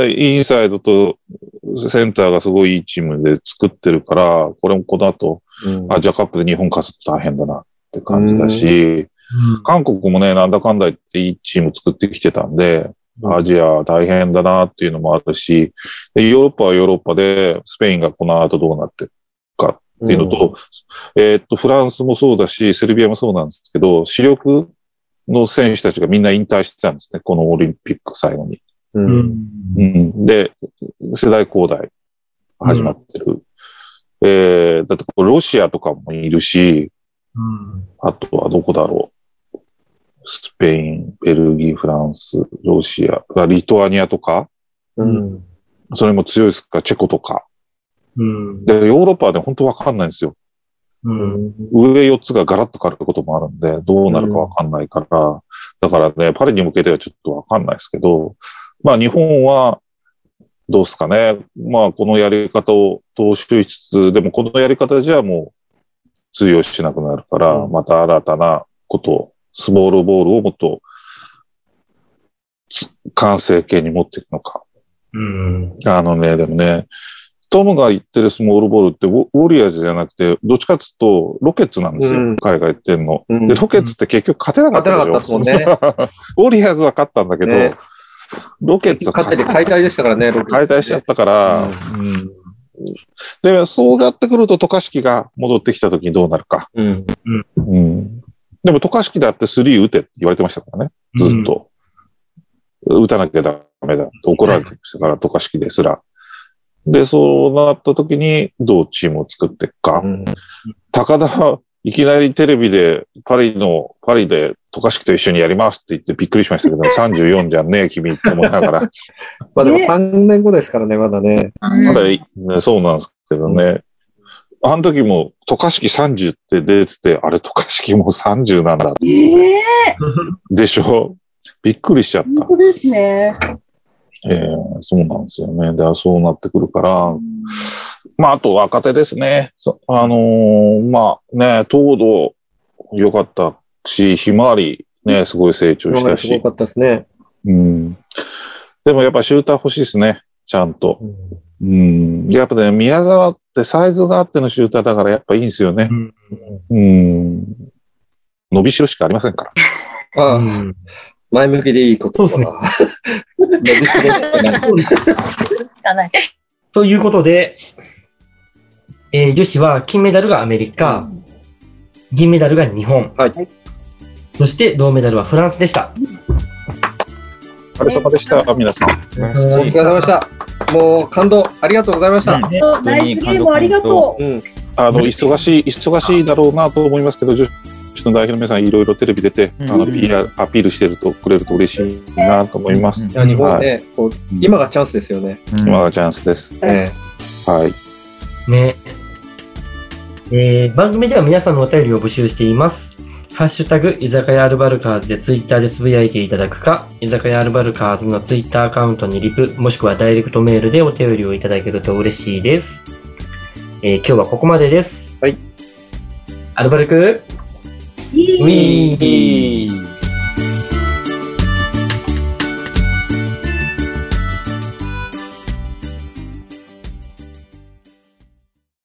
インサイドとセンターがすごいいいチームで作ってるから、これもこの後、アジアカップで日本勝つと大変だなって感じだし、韓国もね、なんだかんだ言っていいチーム作ってきてたんで、アジア大変だなっていうのもあるし、でヨーロッパはヨーロッパで、スペインがこの後どうなっていくかっていうのと、フランスもそうだし、セルビアもそうなんですけど、主力の選手たちがみんな引退してたんですね、このオリンピック最後に。で、世代交代始まってる。だってロシアとかもいるし、あとはどこだろう。スペイン、ベルギー、フランス、ロシア、リトアニアとか、それも強いですか、チェコとか。で、ヨーロッパはね、本当わかんないんですよ。上4つがガラッと変わることもあるんで、どうなるかわかんないから、だからね、パリに向けてはちょっとわかんないですけど、まあ日本は、どうですかね。まあこのやり方を踏襲しつつ、でもこのやり方じゃもう通用しなくなるから、また新たなことを、スモールボールをもっと完成形に持っていくのか。でもね、トムが言ってるスモールボールってウォリアーズじゃなくて、どっちかっていうとロケッツなんですよ。彼が言ってんの。で、ロケッツって結局勝てなかったでしょ。 勝てなかったですもんね。 ウォリアーズは勝ったんだけど、ロケッツは勝ってて解体でしたからね、 解体しちゃったから、 で、そうなってくると、渡嘉敷が戻ってきたときにどうなるか。でも、渡嘉敷だって3打てって言われてましたからね。ずっと。打たなきゃダメだって怒られてましたから、渡嘉敷ですら。で、そうなったときに、どうチームを作っていくか。高田、いきなりテレビで、パリで渡嘉敷と一緒にやりますって言ってびっくりしましたけど、34じゃんねえ、君って思いながら。 まあでも3年後ですからね、まだね。 まだね、そうなんですけどね。あの時も渡嘉敷30って出てて、あれ渡嘉敷もう30なんだ。でしょ？びっくりしちゃった。 本当ですね。 そうなんですよね。で、そうなってくるから、まあ、あと若手ですね。まあね、東堂良かったし、ひまわりね、すごい成長したし。 すごかったですね。 でもやっぱシューター欲しいですね、ちゃんと。やっぱね、宮沢ってサイズがあってのシューターだからやっぱいいんですよね。伸びしろしかありませんから。 前向きでいいことですね。伸びしろしかない。 ということで、女子は金メダルがアメリカ、銀メダルが日本、そして銅メダルはフランスでした。 お疲れ様でした、皆さん。お疲れ様でした。もう感動ありがとうございました。 ナイスゲームありがとう。 忙しいだろうなと思いますけど、女子の代表の皆さんいろいろテレビ出て、PR アピールしてくれると嬉しいなと思います。 日本ね、今がチャンスですよね。 今がチャンスです。はい。 ね。番組では皆さんのお便りを募集しています。ハッシュタグ、居酒屋アルバルカーズでツイッターでつぶやいていただくか、居酒屋アルバルカーズのツイッターアカウントにリプ、もしくはダイレクトメールでお便りをいただけると嬉しいです。今日はここまでです。 はい。 アルバルク、 ウィー